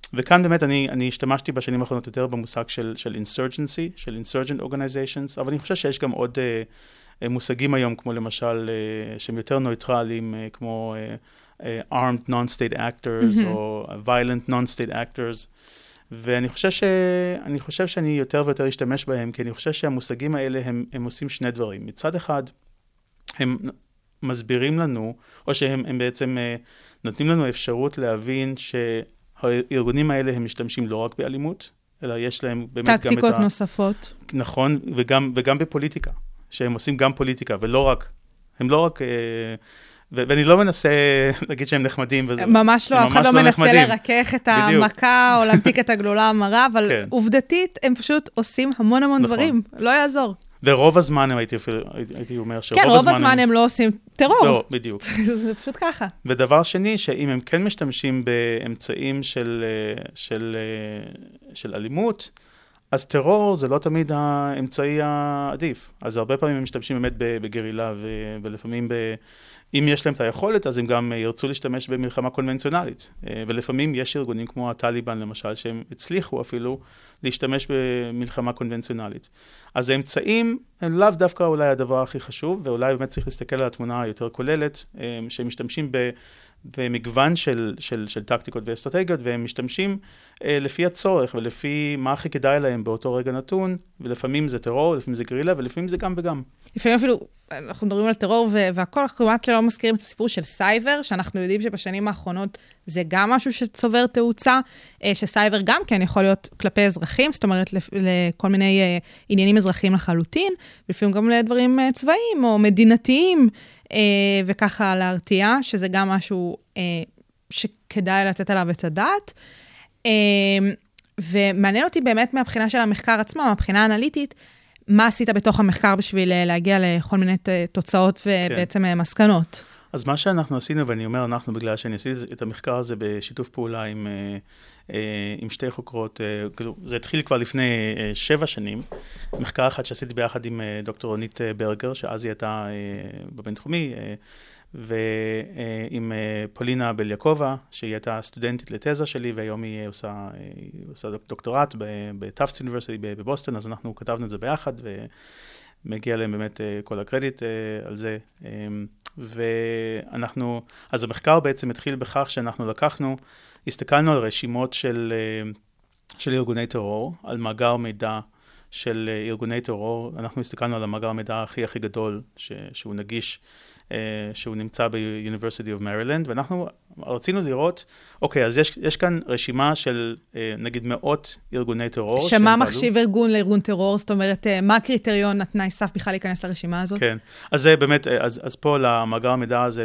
וכאן באמת אני, אני השתמשתי בשנים האחרונות יותר במושג של, של insurgency, של insurgent organizations, אבל אני חושב שיש גם עוד uh, מושגים היום, כמו למשל, uh, שהם יותר נויטרליים, uh, כמו uh, uh, armed non-state actors, mm-hmm. או violent non-state actors, ואני חושב, ש... אני חושב שאני יותר ויותר אשתמש בהם, כי אני חושב שהמושגים האלה הם, הם עושים שני דברים. מצד אחד, הם מסבירים לנו, או שהם הם בעצם uh, נותנים לנו אפשרות להבין ש... הארגונים האלה הם משתמשים לא רק באלימות, אלא יש להם באמת גם את ה... טקטיקות נוספות. נכון, וגם, וגם בפוליטיקה, שהם עושים גם פוליטיקה, ולא רק, הם לא רק, ו- ואני לא מנסה להגיד שהם נחמדים. וזה, ממש לא, אף אחד לא מנסה נחמדים. לרכך את בדיוק. המכה, או להמתיק את הגלולה המרה, אבל כן. עובדתית הם פשוט עושים המון המון נכון. דברים, לא יעזור. ורוב הזמן הם הייתי, הייתי אומר שרוב כן, הזמן... כן, רוב הזמן הם... הם לא עושים טרור. לא, בדיוק. זה פשוט ככה. ודבר שני, שאם הם כן משתמשים באמצעים של, של, של אלימות, אז טרור זה לא תמיד האמצעי העדיף. אז הרבה פעמים הם משתמשים באמת בגרילה, ו, ולפעמים ב... אם יש להם את היכולת, אז הם גם ירצו להשתמש במלחמה קונבנציונלית. ולפעמים יש ארגונים כמו הטליבן, למשל, שהם הצליחו אפילו להשתמש במלחמה קונבנציונלית. אז האמצעים הם לאו דווקא אולי הדבר הכי חשוב, ואולי באמת צריך להסתכל על התמונה היותר כוללת, שהם משתמשים במגוון של, של, של טקטיקות ואסטרטגיות, והם משתמשים לפי הצורך ולפי מה הכי כדאי להם באותו רגע נתון, ולפעמים זה טרור, לפעמים זה גרילה, ולפעמים זה גם וגם. לפעמים אפילו, אנחנו מדברים על טרור והכל, אנחנו כמעט לא מזכירים את הסיפור של סייבר, שאנחנו יודעים שבשנים האחרונות זה גם משהו שצובר תאוצה, שסייבר גם כן יכול להיות כלפי אזרחים, זאת אומרת לכל מיני עניינים אזרחיים לחלוטין, ולפעמים גם לדברים צבאיים או מדינתיים, וככה להרתיע, שזה גם משהו שכדאי לתת עליו את הדעת. ומעניין אותי באמת מהבחינה של המחקר עצמו, מהבחינה האנליטית, מה עשית בתוך המחקר בשביל להגיע לכל מיני תוצאות ובעצם כן. מסקנות? אז מה שאנחנו עשינו, ואני אומר אנחנו, בגלל שאני עשיתי את המחקר הזה בשיתוף פעולה עם, עם שתי חוקרות, זה התחיל כבר לפני שבע שנים, מחקר אחד שעשיתי ביחד עם דוקטור רונית ברגר, שאז היא הייתה בבינתחומי, ועם פולינה בליאקובה, שהיא הייתה סטודנטית לתזה שלי, והיום היא עושה, היא עושה דוקטורט בטאפטס אוניברסיטי בבוסטון, אז אנחנו כתבנו את זה ביחד, ומגיע להם באמת כל הקרדיט על זה. ואנחנו, אז המחקר בעצם התחיל בכך שאנחנו לקחנו, הסתכלנו על רשימות של, של ארגוני טרור, על מאגר מידע של ארגוני טרור. אנחנו הסתכלנו על המאגר מידע הכי הכי גדול, ש, שהוא נגיש, שהוא נמצא ב-University of Maryland, ואנחנו רצינו לראות, אוקיי, אז יש, יש כאן רשימה של, נגיד, מאות ארגוני טרור. שמה מחשיב ארגון לארגון טרור? זאת אומרת, מה הקריטריון, התנאי סף בכלל להיכנס לרשימה הזאת? כן, אז זה באמת, אז, אז פה למאגר המידע הזה,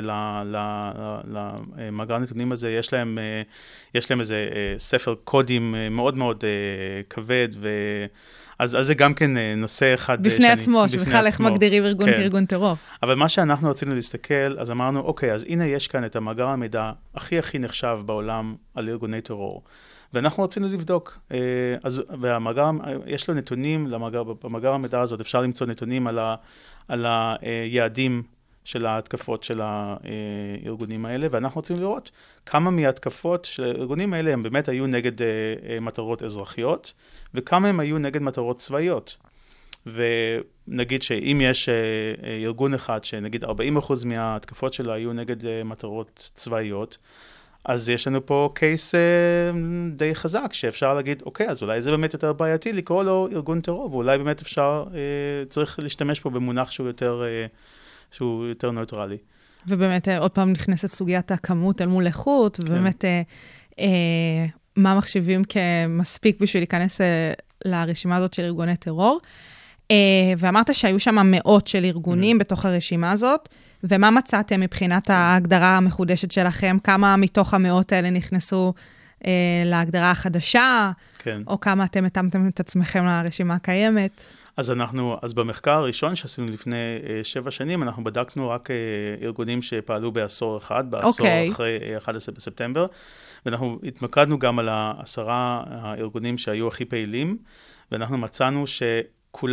למאגר הנתונים הזה, יש להם, יש להם איזה ספר קודים מאוד מאוד כבד, ו... אז, אז זה גם כן נושא אחד... בפני שאני, עצמו, שבכלל איך מגדירים ארגון כן. כארגון טרור. אבל מה שאנחנו רצינו להסתכל, אז אמרנו, אוקיי, אז הנה יש כאן את המאגר המידע הכי הכי נחשב בעולם על ארגוני טרור. ואנחנו רצינו לבדוק. אז, והמאגר, יש לו נתונים, למאגר, במאגר המידע הזאת אפשר למצוא נתונים על, ה, על היעדים של ההתקפות של הארגונים האלה, ואנחנו רוצים לראות כמה מההתקפות של הארגונים האלה הם באמת היו נגד מטרות אזרחיות, וכמה הם היו נגד מטרות צבאיות. ונגיד שאם יש ארגון אחד שנגיד ארבעים אחוז מההתקפות שלו היו נגד מטרות צבאיות, אז יש לנו פה קייס די חזק, שאפשר להגיד, אוקיי, אז אולי זה באמת יותר בעייתי לקרוא לו ארגון טרור, ואולי באמת אפשר, צריך להשתמש פה במונח שהוא יותר... שהוא יותר נויטרלי. ובאמת, עוד פעם נכנסת סוגיית הכמות אל מול איכות, ובאמת, אה, אה, מה מחשיבים כמספיק בשביל להיכנס אה, לרשימה הזאת של ארגוני טרור. אה, ואמרת שהיו שם מאות של ארגונים בתוך הרשימה הזאת, ומה מצאתם מבחינת ההגדרה המחודשת שלכם? כמה מתוך המאות האלה נכנסו אה, להגדרה החדשה? כן. או כמה אתם התאמתם את עצמכם לרשימה הקיימת? אז אנחנו, אז במחקר הראשון שעשינו לפני אה, שבע שנים, אנחנו בדקנו רק אה, ארגונים שפעלו בעשור אחד, בעשור okay. אחרי אחד עשר בספטמבר, ואנחנו התמקדנו גם על העשרה הארגונים שהיו הכי פעילים, ואנחנו מצאנו שכולם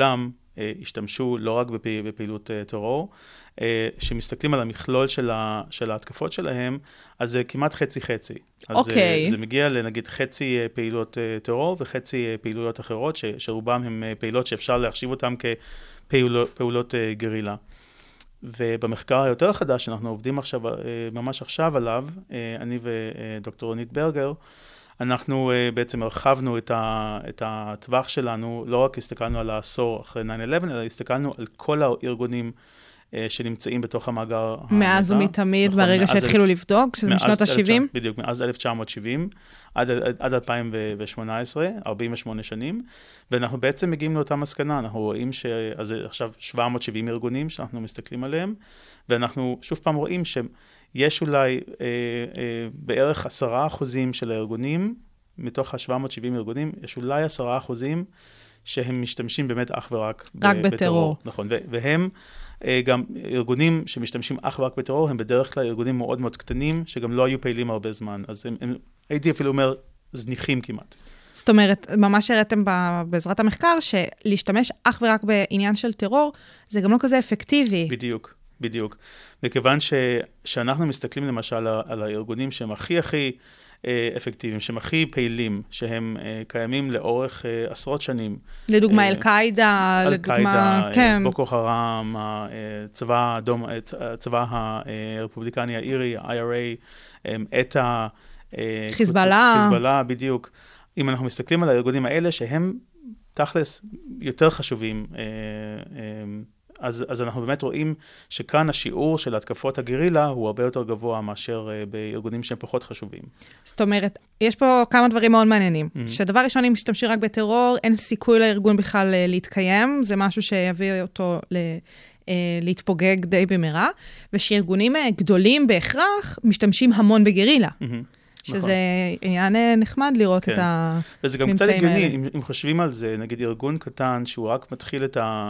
השתמשו לא רק בפעילות טרור, שמסתכלים על המכלול של ההתקפות שלהם, אז זה כמעט חצי-חצי. אוקיי. אז זה מגיע לנגיד חצי פעילות טרור וחצי פעילויות אחרות, שרובם הם פעילות שאפשר להחשיב אותם כפעולות גרילה. ובמחקר היותר חדש, שאנחנו עובדים עכשיו, ממש עכשיו עליו, אני ודוקטור רונית ברגר, אנחנו בעצם הרחבנו את, ה, את הטווח שלנו, לא רק הסתכלנו על העשור אחרי נין אלבן, אלא הסתכלנו על כל הארגונים שנמצאים בתוך המאגר. מאז המידע. ומתמיד, נכון, ברגע שהתחילו לבדוק, שזה משנות ה-שבעים? בדיוק, מאז אלף תשע מאות שבעים, עד, עד אלפיים ושמונה עשרה, ארבעים ושמונה שנים, ואנחנו בעצם מגיעים לאותה מסקנה, אנחנו רואים אז עכשיו שבע מאות שבעים ארגונים שאנחנו מסתכלים עליהם, ואנחנו שוב פעם רואים שיש אולי אה, אה, בערך עשרה אחוזים של הארגונים, מתוך ה-שבע מאות שבעים ארגונים, יש אולי עשרה אחוזים שהם משתמשים באמת אך ורק רק ב- בטרור. בטרור. נכון, ו- והם אה, גם ארגונים שמשתמשים אך ורק בטרור, הם בדרך כלל ארגונים מאוד מאוד קטנים, שגם לא היו פעילים הרבה זמן, אז הם, הם, הייתי אפילו אומר, זניחים כמעט. זאת אומרת, ממש הראיתם בעזרת המחקר, שלהשתמש אך ורק בעניין של טרור, זה גם לא כזה אפקטיבי. בדיוק, בדיוק. מכיוון ש, שאנחנו מסתכלים למשל על, על הארגונים שהם הכי הכי אה, אפקטיביים, שהם הכי פעילים, שהם אה, קיימים לאורך אה, עשרות שנים. לדוגמה, אה, אל-קאידה, לדוגמה, אל-קאידה, כן. בוקו חרם, הצבא האדום, הצבא הרפובליקני האירי, ה-איי אר איי, אטה, חיזבאללה. חיזבאללה, בדיוק. אם אנחנו מסתכלים על הארגונים האלה, שהם תכלס יותר חשובים, אז, אז אנחנו באמת רואים שכאן השיעור של התקפות הגרילה הוא הרבה יותר גבוה מאשר בארגונים שהם פחות חשובים. זאת אומרת, יש פה כמה דברים מאוד מעניינים. Mm-hmm. שדבר ראשון, אם משתמשים רק בטרור, אין סיכוי לארגון בכלל להתקיים, זה משהו שיביא אותו ל... להתפוגג די במהרה, ושארגונים גדולים בהכרח משתמשים המון בגרילה. שזה עניין נחמד לראות את הממצאים האלה. וזה גם קצת הגיוני, אם חושבים על זה, נגיד ארגון קטן שהוא רק מתחיל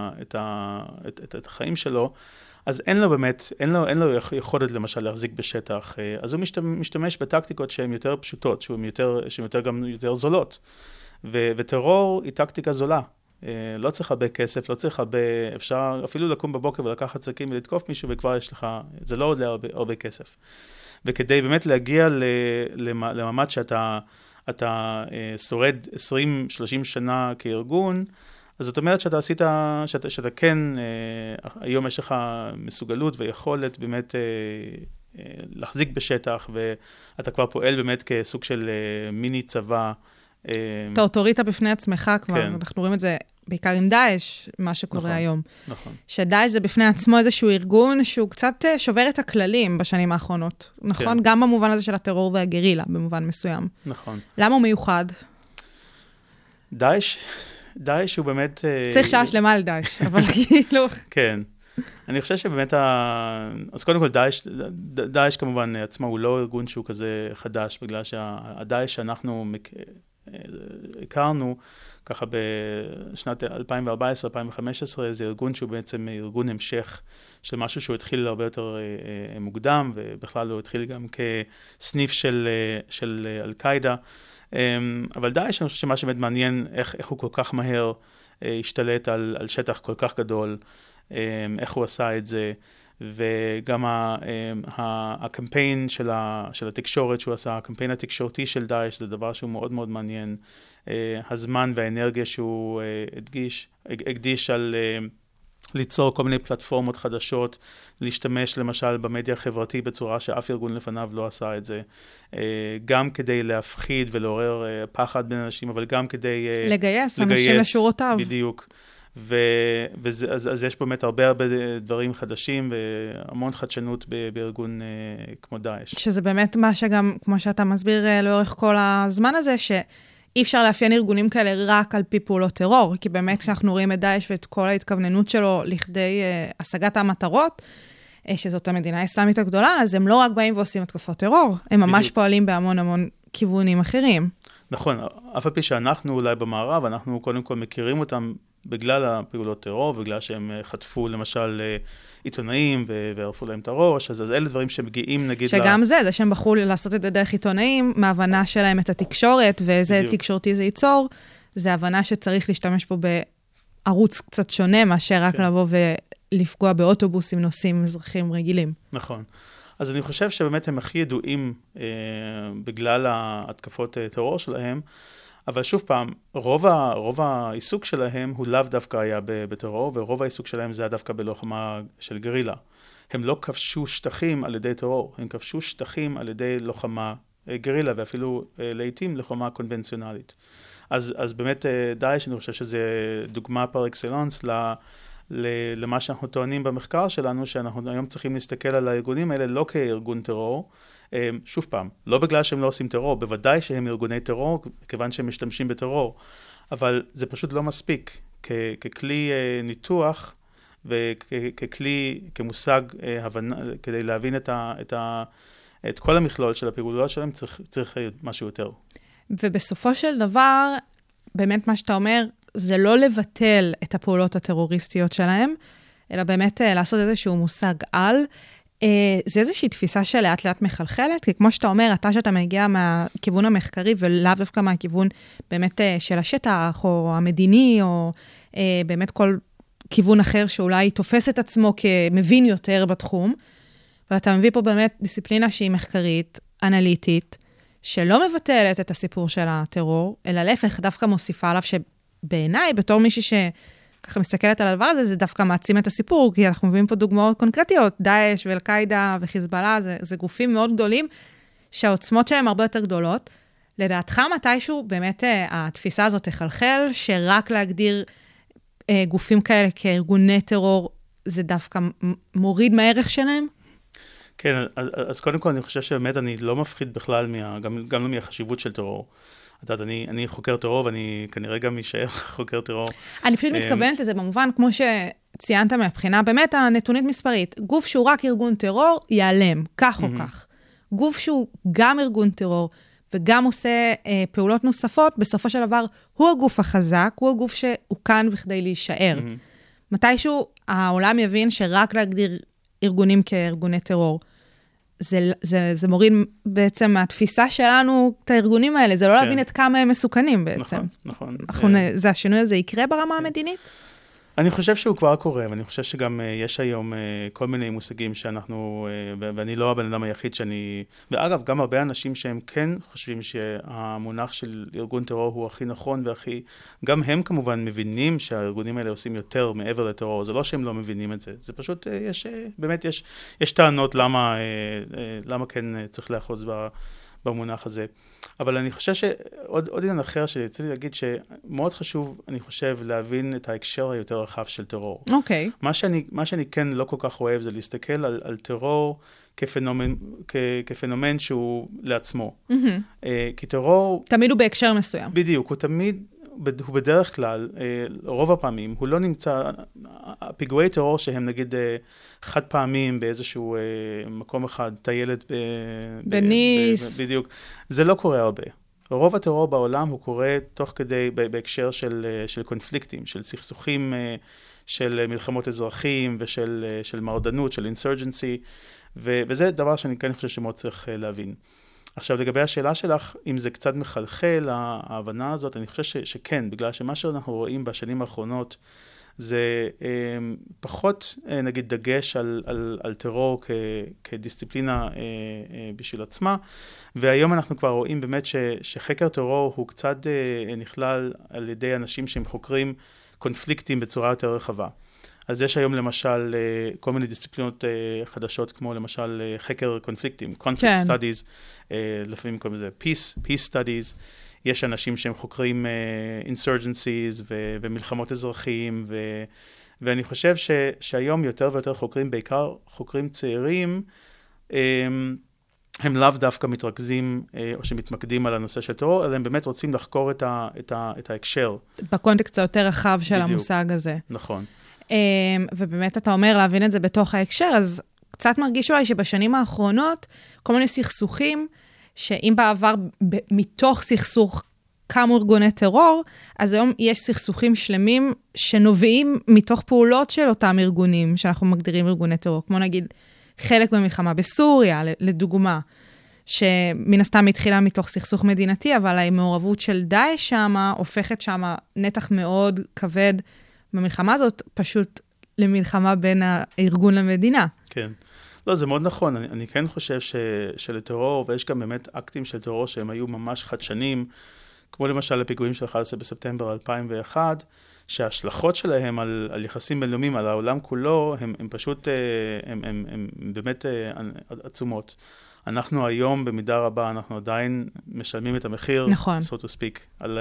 את החיים שלו, אז אין לו באמת, אין לו, אין לו יכולת למשל להחזיק בשטח, אז הוא משתמש בטקטיקות שהן יותר פשוטות, שהן יותר, שהן יותר גם יותר זולות. וטרור היא טקטיקה זולה. לא צריך הרבה כסף, לא צריך הרבה, אפשר אפילו לקום בבוקר ולקחת סכין ולתקוף מישהו וכבר יש לך, זה לא עולה הרבה, הרבה כסף. וכדי באמת להגיע למעמד שאתה אתה שורד עשרים שלושים שנה כארגון, אז זאת אומרת שאתה עשית, שאתה, שאתה כן, היום יש לך מסוגלות ויכולת באמת להחזיק בשטח, ואתה כבר פועל באמת כסוג של מיני צבא. אתה אוטוריטה בפני עצמך כבר, אנחנו רואים את זה בעיקר עם דאעש, מה שקורה היום. נכון. שדאעש זה בפני עצמו איזשהו ארגון שהוא קצת שובר את הכללים בשנים האחרונות. נכון? גם במובן הזה של הטרור והגרילה, במובן מסוים. נכון. למה הוא מיוחד? דאעש, דאעש הוא באמת... צריך שעה שלמה על דאעש, אבל כאילו... כן. אני חושב שבאמת, ה... אז קודם כל דאעש, דאעש כמובן עצמו הוא לא ארגון שהוא כזה חדש, בגלל שהדאעש שאנחנו הכרנו, ככה בשנת אלפיים וארבע עשרה אלפיים וחמש עשרה, זה ארגון שהוא בעצם ארגון המשך של משהו שהוא התחיל הרבה יותר מוקדם, ובכלל הוא התחיל גם כסניף של, של אל-קאידה. אבל דאעש, אני חושב שמה שבאמת מעניין, איך, איך הוא כל כך מהר השתלט על, על שטח כל כך גדול, איך הוא עשה את זה, וגם הקמפיין של התקשורת שהוא עשה, הקמפיין התקשורתי של דאעש, זה דבר שהוא מאוד מאוד מעניין. הזמן והאנרגיה שהוא הדגיש, הקדיש על ליצור כל מיני פלטפורמות חדשות, להשתמש למשל במדיה החברתי בצורה שאף ארגון לפניו לא עשה את זה. גם כדי להפחיד ולעורר פחד בין אנשים, אבל גם כדי לגייס אנשים לשורותיו. בדיוק. ו- וזה, אז, אז יש באמת הרבה הרבה דברים חדשים והמון חדשנות בארגון אה, כמו דאעש. שזה באמת מה שגם, כמו שאתה מסביר אה, לאורך כל הזמן הזה, שאי אפשר לאפיין ארגונים כאלה רק על פי פעולות טרור, כי באמת כשאנחנו רואים את דאעש ואת כל ההתכווננות שלו לכדי אה, השגת המטרות, אה, שזאת המדינה האסלאמית הגדולה, אז הם לא רק באים ועושים התקפות טרור, הם ממש בדיוק. פועלים בהמון המון כיוונים אחרים. נכון, אף על פי שאנחנו אולי במערב, אנחנו קודם כל מכירים אותם בגלל הפעולות טרור, בגלל שהם חטפו למשל עיתונאים וערפו להם את הראש, אז אלה דברים שמגיעים נגיד... שגם זה, זה שהם בחרו לעשות את זה דרך עיתונאים, מהבנה שלהם את התקשורת, ואיזה תקשורתי זה ייצור, זה הבנה שצריך להשתמש פה ערוץ קצת שונה, מאשר רק כן. לבוא ולפגוע באוטובוסים נוסעים אזרחים רגילים. נכון. אז אני חושב שבאמת הם הכי ידועים אה, בגלל ההתקפות אה, טרור שלהם, אבל שוב פעם, רוב, ה, רוב העיסוק שלהם הוא לאו דווקא היה בטרור, ורוב העיסוק שלהם זה היה דווקא בלוחמה של גרילה. הם לא כבשו שטחים על ידי טרור, הם כבשו שטחים על ידי לוחמה אה, גרילה, ואפילו אה, לעתים לוחמה קונבנציונלית. אז, אז באמת אה, דאעש, אני חושב שזה דוגמה פר אקסלנס ל... למה שאנחנו טוענים במחקר שלנו, שאנחנו היום צריכים להסתכל על הארגונים האלה לא כארגון טרור, שוב פעם, לא בגלל שהם לא עושים טרור, בוודאי שהם ארגוני טרור, כיוון שהם משתמשים בטרור, אבל זה פשוט לא מספיק כ- ככלי ניתוח וככלי, כמושג הבנה, כדי להבין את, ה- את, ה- את כל המכלול של הפעילויות שלהם, צריך, צריך משהו יותר. ובסופו של דבר, באמת מה שאתה אומר, זה לא לבטל את הפעולות הטרוריסטיות שלהם, אלא באמת לעשות איזשהו מושג על. זה איזושהי תפיסה שלאט לאט מחלחלת, כי כמו שאתה אומר, אתה שאתה מגיע מהכיוון המחקרי, ולאו דווקא מהכיוון באמת של השטח, או המדיני, או באמת כל כיוון אחר שאולי תופס את עצמו כמבין יותר בתחום, ואתה מביא פה באמת דיסציפלינה שהיא מחקרית, אנליטית, שלא מבטלת את הסיפור של הטרור, אלא להפך דווקא מוסיפה עליו ש... בעיניי, בתור מישהי שככה מסתכלת על הדבר הזה, זה דווקא מעצים את הסיפור, כי אנחנו מביאים פה דוגמאות קונקרטיות, דאעש ואל-קאידה וחיזבאללה, זה, זה גופים מאוד גדולים, שהעוצמות שלהם הרבה יותר גדולות. לדעתך מתישהו באמת התפיסה הזאת תחלחל, שרק להגדיר אה, גופים כאלה כארגוני טרור, זה דווקא מוריד מהערך שלהם? כן, אז, אז קודם כל אני חושב שבאמת אני לא מפחיד בכלל, מה, גם, גם לא מהחשיבות של טרור. את יודעת, אני, אני חוקר טרור, ואני כנראה גם יישאר חוקר טרור. אני פשוט מתכוונת לזה במובן, כמו שציינת מבחינה, באמת הנתונית מספרית, גוף שהוא רק ארגון טרור, ייעלם, כך או כך. גוף שהוא גם ארגון טרור, וגם עושה אה, פעולות נוספות, בסופו של דבר, הוא הגוף החזק, הוא הגוף שהוא כאן בכדי להישאר. מתישהו העולם יבין שרק להגדיר ארגונים כארגוני טרור, זה, זה, זה מוריד בעצם מהתפיסה שלנו את הארגונים האלה, זה לא כן. להבין את כמה הם מסוכנים בעצם. נכון, נכון. אנחנו, זה השינוי הזה יקרה ברמה כן. המדינית? אני חושב שהוא כבר קורה, ואני חושב שגם uh, יש היום uh, כל מיני מושגים שאנחנו, uh, ואני לא הבן אדם היחיד שאני, ואגב, גם הרבה אנשים שהם כן חושבים שהמונח של ארגון טרור הוא הכי נכון והכי, גם הם כמובן מבינים שהארגונים האלה עושים יותר מעבר לטרור, זה לא שהם לא מבינים את זה, זה פשוט, uh, יש, uh, באמת יש, יש טענות למה, uh, uh, למה כן uh, צריך לאחוז ב... במונח הזה. אבל אני חושב שעוד עוד עניין אחר שרציתי להגיד שמאוד חשוב, אני חושב, להבין את ההקשר היותר רחב של טרור. אוקיי. Okay. מה שאני, מה שאני כן לא כל כך אוהב זה להסתכל על, על טרור כפנומן, כ, כפנומן שהוא לעצמו. Mm-hmm. Uh, כי טרור... תמיד הוא בהקשר מסוים. בדיוק, הוא תמיד... הוא בדרך כלל, רוב הפעמים, הוא לא נמצא, פיגועי טרור שהם נגיד חד פעמים באיזשהו מקום אחד, טיילת בניס. בדיוק, זה לא קורה הרבה. רוב הטרור בעולם הוא קורה תוך כדי, בהקשר של, של קונפליקטים, של סכסוכים, של מלחמות אזרחים ושל של מרדנות, של אינסרג'נסי, וזה דבר שאני כן חושב שמאוד צריך להבין. עכשיו, לגבי השאלה שלך, אם זה קצת מחלחל, ההבנה הזאת, אני חושב ש, שכן, בגלל שמה שאנחנו רואים בשנים האחרונות, זה אה, פחות, אה, נגיד, דגש על, על, על טרור כ, כדיסציפלינה אה, אה, בשביל עצמה, והיום אנחנו כבר רואים באמת ש, שחקר טרור הוא קצת אה, נכלל על ידי אנשים שהם חוקרים קונפליקטים בצורה יותר רחבה. אז יש היום למשל כל מיני דיסציפלינות חדשות, כמו למשל חקר קונפליקטים, conflict studies, לפעמים קוראים לזה peace, peace studies. יש אנשים שהם חוקרים insurgencies ומלחמות אזרחים, ואני חושב שהיום יותר ויותר חוקרים, בעיקר חוקרים צעירים, הם לאו דווקא מתרכזים או שמתמקדים על הנושא של טרור, אלא הם באמת רוצים לחקור את ה, את ה, את ההקשר. בקונטקסט היותר רחב של בדיוק. המושג הזה. נכון. ובאמת אתה אומר להבין את זה בתוך ההקשר, אז קצת מרגיש אולי שבשנים האחרונות, כל מיני סכסוכים, שאם בעבר מתוך סכסוך קמו ארגוני טרור, אז היום יש סכסוכים שלמים שנובעים מתוך פעולות של אותם ארגונים, שאנחנו מגדירים ארגוני טרור, כמו נגיד חלק במלחמה בסוריה, לדוגמה, שמן הסתם התחילה מתוך סכסוך מדינתי, אבל המעורבות של דאעש שמה, הופכת שמה נתח מאוד כבד במלחמה הזאת פשוט למלחמה בין הארגון למדינה. כן. לא, זה מאוד נכון. אני, אני כן חושב ש, שלטרור, ויש גם באמת אקטים של טרור שהם היו ממש חדשנים, כמו למשל הפיגועים של אחד עשר בספטמבר אלפיים ואחת, שההשלכות שלהם על, על יחסים בינלאומיים, על העולם כולו, הם, הם פשוט, הם, הם, הם, הם באמת עצומות. אנחנו היום, במידה רבה, אנחנו עדיין משלמים את המחיר, נכון. so to speak, על,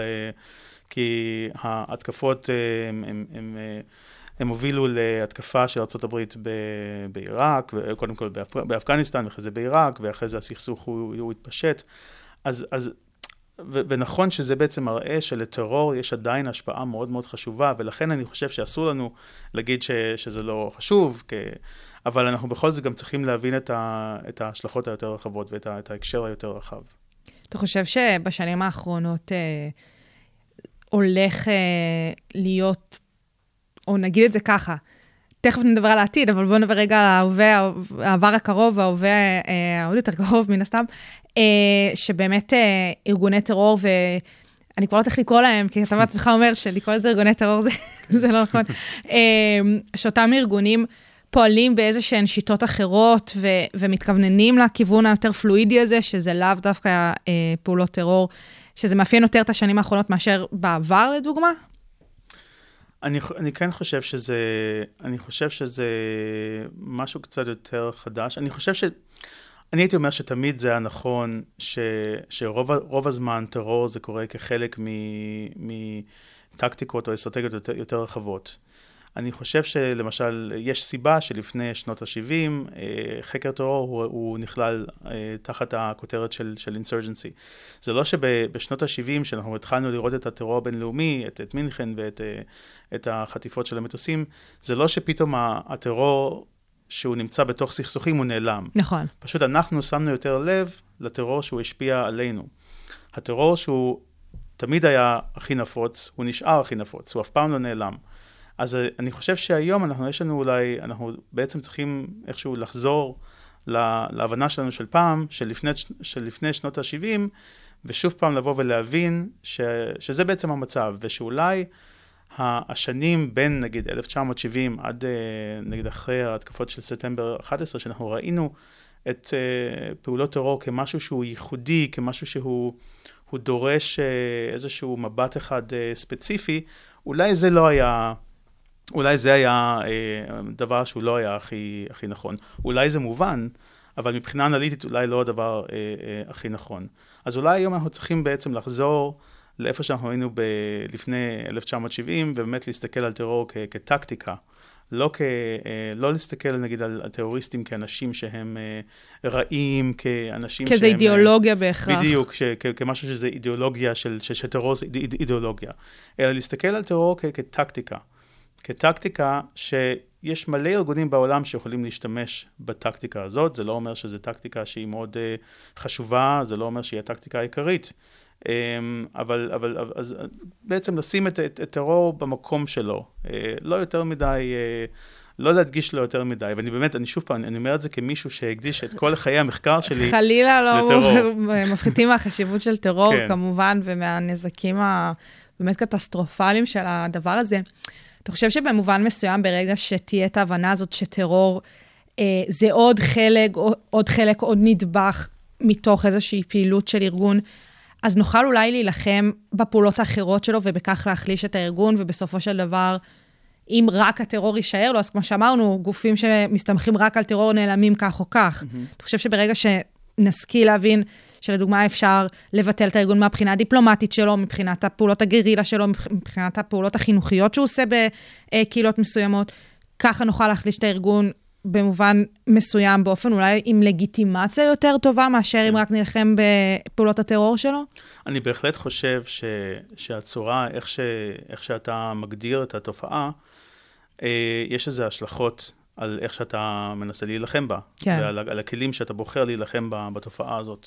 כי ההתקפות הם, הם, הם, הם הובילו להתקפה של ארצות הברית בעיראק, קודם כל באפגניסטן, ואחרי זה בעיראק, ואחרי זה הסכסוך הוא, הוא התפשט. אז, אז, ו- ונכון שזה בעצם מראה שלטרור יש עדיין השפעה מאוד מאוד חשובה, ולכן אני חושב שאסור לנו להגיד ש- שזה לא חשוב, כ- אבל אנחנו בכל זאת גם צריכים להבין את, ה- את ההשלכות היותר רחבות, ואת ה- את ההקשר היותר רחב. אתה חושב שבשנים האחרונות אה, הולך אה, להיות, או נגיד את זה ככה, תכף נדבר על העתיד, אבל בואו נדבר רגע על ההווה, העבר הקרוב, וההווה אה, העוד יותר קרוב מן הסתם, אה, שבאמת אה, ארגוני טרור, ואני כבר לא צריך לקרוא להם, כי אתה בעצמך אומר שלקרוא לזה ארגוני טרור זה, זה לא נכון, אה, שאותם ארגונים פועלים באיזשהן שיטות אחרות, ו, ומתכווננים לכיוון היותר פלואידי הזה, שזה לאו דווקא אה, פעולות טרור, שזה מאפיין יותר את השנים האחרונות מאשר בעבר, לדוגמה? אני, אני כן חושב שזה, אני חושב שזה משהו קצת יותר חדש. אני חושב ש... אני הייתי אומר שתמיד זה היה נכון, ש, שרוב רוב הזמן טרור זה קורה כחלק מטקטיקות או אסטרטגיות יותר, יותר רחבות. אני חושב שלמשל, יש סיבה שלפני שנות ה-שבעים, חקר טרור הוא, הוא נכלל תחת הכותרת של, של insurgency. זה לא שבשנות ה-שבעים, שאנחנו התחלנו לראות את הטרור הבינלאומי, את, את מינכן ואת את החטיפות של המטוסים, זה לא שפתאום הטרור שהוא נמצא בתוך סכסוכים הוא נעלם. נכון. פשוט אנחנו שמנו יותר לב לטרור שהוא השפיע עלינו. הטרור שהוא תמיד היה הכי נפוץ, הוא נשאר הכי נפוץ, הוא אף פעם לא נעלם. אז אני חושב שהיום אנחנו, יש לנו אולי, אנחנו בעצם צריכים איכשהו לחזור לה, להבנה שלנו של פעם, שלפני, שלפני שנות ה-שבעים, ושוב פעם לבוא ולהבין ש, שזה בעצם המצב, ושאולי השנים בין נגיד אלף תשע מאות שבעים עד נגיד אחרי ההתקפות של ספטמבר אחת עשרה, שאנחנו ראינו את פעולות טרור כמשהו שהוא ייחודי, כמשהו שהוא הוא דורש איזשהו מבט אחד ספציפי, אולי זה לא היה... אולי זה היה אה, דבר שהוא לא היה הכי, הכי נכון. אולי זה מובן, אבל מבחינה אנליטית אולי לא הדבר אה, אה, הכי נכון. אז אולי היום אנחנו צריכים בעצם לחזור לאיפה שאנחנו היינו ב- לפני אלף תשע מאות שבעים, ובאמת להסתכל על טרור כ- כטקטיקה. לא, כ- אה, לא להסתכל נגיד על, על טרוריסטים כאנשים שהם אה, רעים, כאנשים כזה שהם... אידיאולוגיה בהכרח. בדיוק, ש- כ- כמשהו שזה אידיאולוגיה, של, ש- שטרור זה איד- אידיאולוגיה. אלא להסתכל על טרור כ- כטקטיקה. כטקטיקה שיש מלא ארגונים בעולם שיכולים להשתמש בטקטיקה הזאת, זה לא אומר שזו טקטיקה שהיא מאוד uh, חשובה, זה לא אומר שהיא הטקטיקה העיקרית, um, אבל, אבל אז, בעצם לשים את, את, את טרור במקום שלו, uh, לא יותר מדי, uh, לא להדגיש לו יותר מדי, ואני באמת, אני שוב פעם, אני אומר את זה כמישהו שהקדיש את כל חיי המחקר שלי חלילה לא לטרור. מפחיתים מהחשיבות של טרור, כן. כמובן, ומהנזקים הבאמת קטסטרופליים של הדבר הזה. אתה חושב שבמובן מסוים, ברגע שתהיה את ההבנה הזאת שטרור אה, זה עוד חלק, עוד חלק, עוד נדבך מתוך איזושהי פעילות של ארגון, אז נוכל אולי להילחם בפעולות האחרות שלו, ובכך להחליש את הארגון, ובסופו של דבר, אם רק הטרור יישאר לו, אז כמו שאמרנו, גופים שמסתמכים רק על טרור נעלמים כך או כך. Mm-hmm. אתה חושב שברגע שנשכיל להבין שלדוגמה אפשר לבטל את הארגון מהבחינה הדיפלומטית שלו, מבחינת הפעולות הגרילה שלו, מבחינת הפעולות החינוכיות שהוא עושה בקהילות מסוימות, ככה נוכל להחליש את הארגון במובן מסוים, באופן אולי עם לגיטימציה יותר טובה, מאשר אם רק נלחם בפעולות הטרור שלו? אני בהחלט חושב ש, שהצורה, איך, ש, איך שאתה מגדיר את התופעה, אה, יש איזה השלכות על איך שאתה מנסה להילחם בה, כן. ועל על הכלים שאתה בוחר להילחם בה, בתופעה הזאת.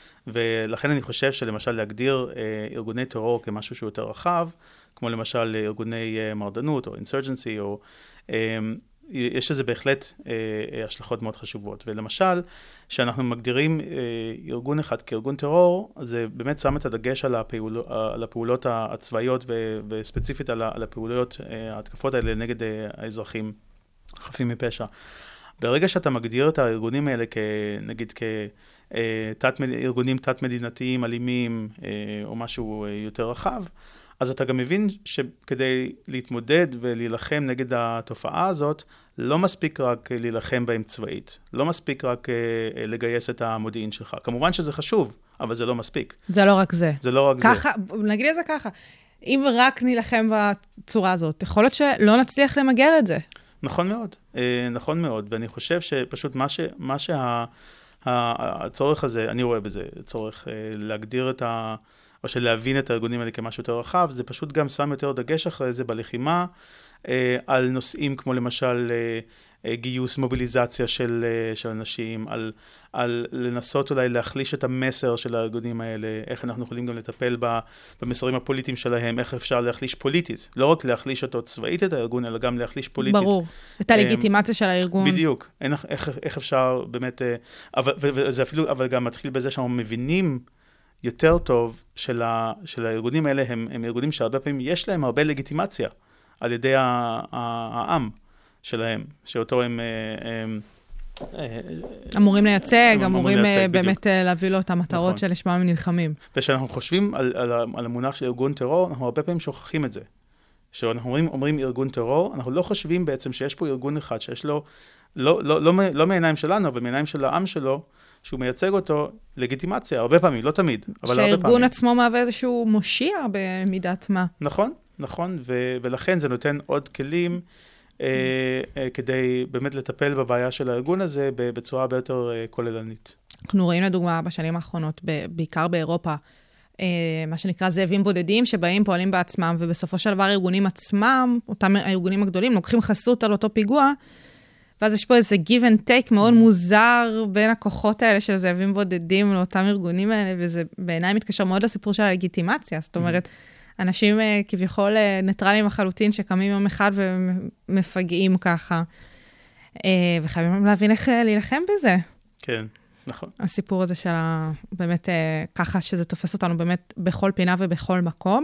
ולכן אני חושב שלמשל להגדיר אה, ארגוני טרור כמשהו שהוא יותר רחב, כמו למשל ארגוני אה, מרדנות או insurgency, או, אה, יש לזה בהחלט אה, השלכות מאוד חשובות. ולמשל, כשאנחנו מגדירים אה, ארגון אחד כארגון טרור, זה באמת שם את הדגש על, הפעול, על הפעולות הצבאיות ו, וספציפית על, על הפעולות, אה, ההתקפות האלה נגד אה, האזרחים חפים מפשע. ברגע שאתה מגדיר את הארגונים האלה כנגיד כארגונים תת-מדינתיים, אלימים או משהו יותר רחב, אז אתה גם מבין שכדי להתמודד ולהילחם נגד התופעה הזאת, לא מספיק רק להילחם בהם צבאית. לא מספיק רק לגייס את המודיעין שלך. כמובן שזה חשוב, אבל זה לא מספיק. זה לא רק זה. זה לא רק ככה, זה. נגיד את זה ככה. אם רק נילחם בצורה הזאת, יכול להיות שלא נצליח למגר את זה. נכון מאוד, נכון מאוד, ואני חושב שפשוט מה ש, מה שה, הצורך הזה, אני רואה בזה, צורך להגדיר את ה, או שלהבין את הארגונים האלה כמשהו יותר רחב, זה פשוט גם שם יותר דגש אחרי זה בלחימה, על נושאים כמו למשל גיוס, מוביליזציה של, של אנשים, על, על לנסות אולי להחליש את המסר של הארגונים האלה, איך אנחנו יכולים גם לטפל במסרים הפוליטיים שלהם, איך אפשר להחליש פוליטית, לא רק להחליש אותו צבאית את הארגון, אלא גם להחליש פוליטית. ברור, את הלגיטימציה של הארגון. בדיוק, איך, איך, איך אפשר באמת, אבל, וזה אפילו, אבל גם מתחיל בזה שאנחנו מבינים יותר טוב של, ה, של הארגונים האלה, הם, הם ארגונים שהרבה פעמים יש להם הרבה לגיטימציה על ידי העם שלהם, שאותו הם אמורים לייצג, אמורים באמת להביא לו את המטרות שלשמם הם נלחמים. וכשאנחנו חושבים על המונח של ארגון טרור, אנחנו הרבה פעמים שוכחים את זה. כשאנחנו אומרים ארגון טרור, אנחנו לא חושבים בעצם שיש פה ארגון אחד, שיש לו, לא מעיניים שלנו, אבל מעיניים של העם שלו, שהוא מייצג אותו לגיטימציה, הרבה פעמים, לא תמיד, אבל הרבה פעמים. שהארגון עצמו מהווה איזשהו מושיע במידת מה. נכון, נכון, ולכן זה נותן עוד כלים, כדי באמת לטפל בבעיה של הארגון הזה בצורה הרבה יותר כוללנית. אנחנו רואים לדוגמה בשנים האחרונות, בעיקר באירופה, מה שנקרא זאבים בודדים, שבאים פועלים בעצמם, ובסופו של דבר הארגונים עצמם, אותם הארגונים הגדולים, לוקחים חסות על אותו פיגוע, ואז יש פה איזה give and take מאוד מוזר בין הכוחות האלה של זאבים בודדים לאותם ארגונים האלה, וזה בעיניי מתקשר מאוד לסיפור של הלגיטימציה, זאת אומרת, אנשים כביכול ניטרליים לחלוטין שקמים יום אחד ומפגעים ככה, וחייבים להבין איך להילחם בזה. כן, נכון. הסיפור הזה של באמת ככה שזה תופס אותנו באמת בכל פינה ובכל מקום.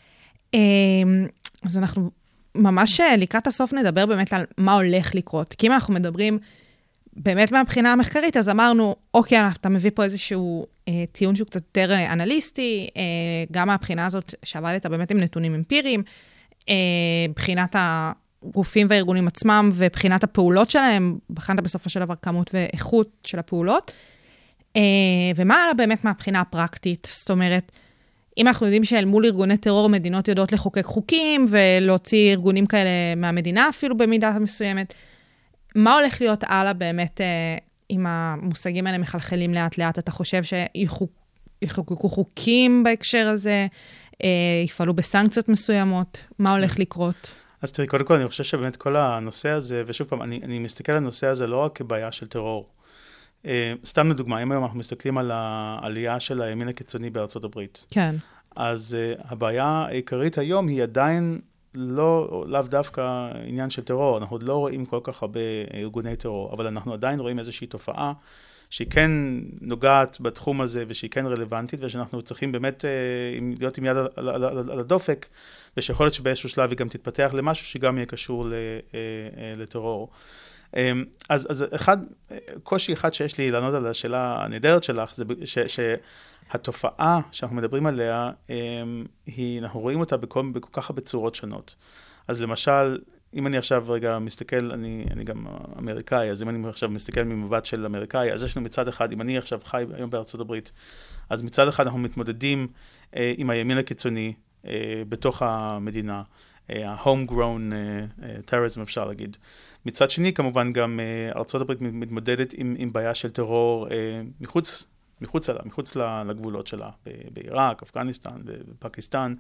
אז אנחנו ממש לקראת הסוף נדבר באמת על מה הולך לקרות. כי אם אנחנו מדברים באמת מהבחינה המחקרית, אז אמרנו, אוקיי, אתה מביא פה איזשהו אה, טיעון שהוא קצת יותר אנליסטי, אה, גם מהבחינה הזאת שעבדת באמת עם נתונים אמפיריים, אה, בחינת הגופים והארגונים עצמם, ובחינת הפעולות שלהם, בחנת בסופו של דבר כמות ואיכות של הפעולות, אה, ומה באמת מהבחינה הפרקטית, זאת אומרת, אם אנחנו יודעים שאל מול ארגוני טרור, מדינות יודעות לחוקק חוקים, ולהוציא ארגונים כאלה מהמדינה אפילו במידה מסוימת, מה הולך להיות הלאה באמת, אה, אם המושגים האלה מחלחלים לאט לאט? אתה חושב שיחוקקו חוקים בהקשר הזה, אה, יפעלו בסנקציות מסוימות? מה הולך לקרות? אז תראי, קודם כל אני חושב שבאמת כל הנושא הזה, ושוב פעם, אני, אני מסתכל על הנושא הזה לא רק כבעיה של טרור. אה, סתם לדוגמה, אם היום אנחנו מסתכלים על העלייה של הימין הקיצוני בארצות הברית. כן. אז אה, הבעיה העיקרית היום היא עדיין לא, לאו דווקא עניין של טרור, אנחנו עוד לא רואים כל כך הרבה ארגוני טרור, אבל אנחנו עדיין רואים איזושהי תופעה שהיא כן נוגעת בתחום הזה ושהיא כן רלוונטית, ושאנחנו צריכים באמת להיות עם יד על, על, על, על הדופק, ושיכול להיות שבאיזשהו שלב היא גם תתפתח למשהו שגם יהיה קשור לטרור. אז, אז אחד, קושי אחד שיש לי לענות על השאלה הנהדרת שלך, זה ש... ש התופעה שאנחנו מדברים עליה, היא, אנחנו רואים אותה בכל, בכל כך הרבה צורות שונות. אז למשל, אם אני עכשיו רגע מסתכל, אני, אני גם אמריקאי, אז אם אני עכשיו מסתכל ממבט של אמריקאי, אז יש לנו מצד אחד, אם אני עכשיו חי היום בארצות הברית, אז מצד אחד אנחנו מתמודדים אה, עם הימין הקיצוני אה, בתוך המדינה, ה-homegrown terrorism אפשר להגיד. מצד שני, כמובן, גם אה, ארצות הברית מתמודדת עם, עם בעיה של טרור אה, מחוץ מחוץ לה, מחוץ לגבולות שלה, בעיראק, אפגניסטן ופקיסטן.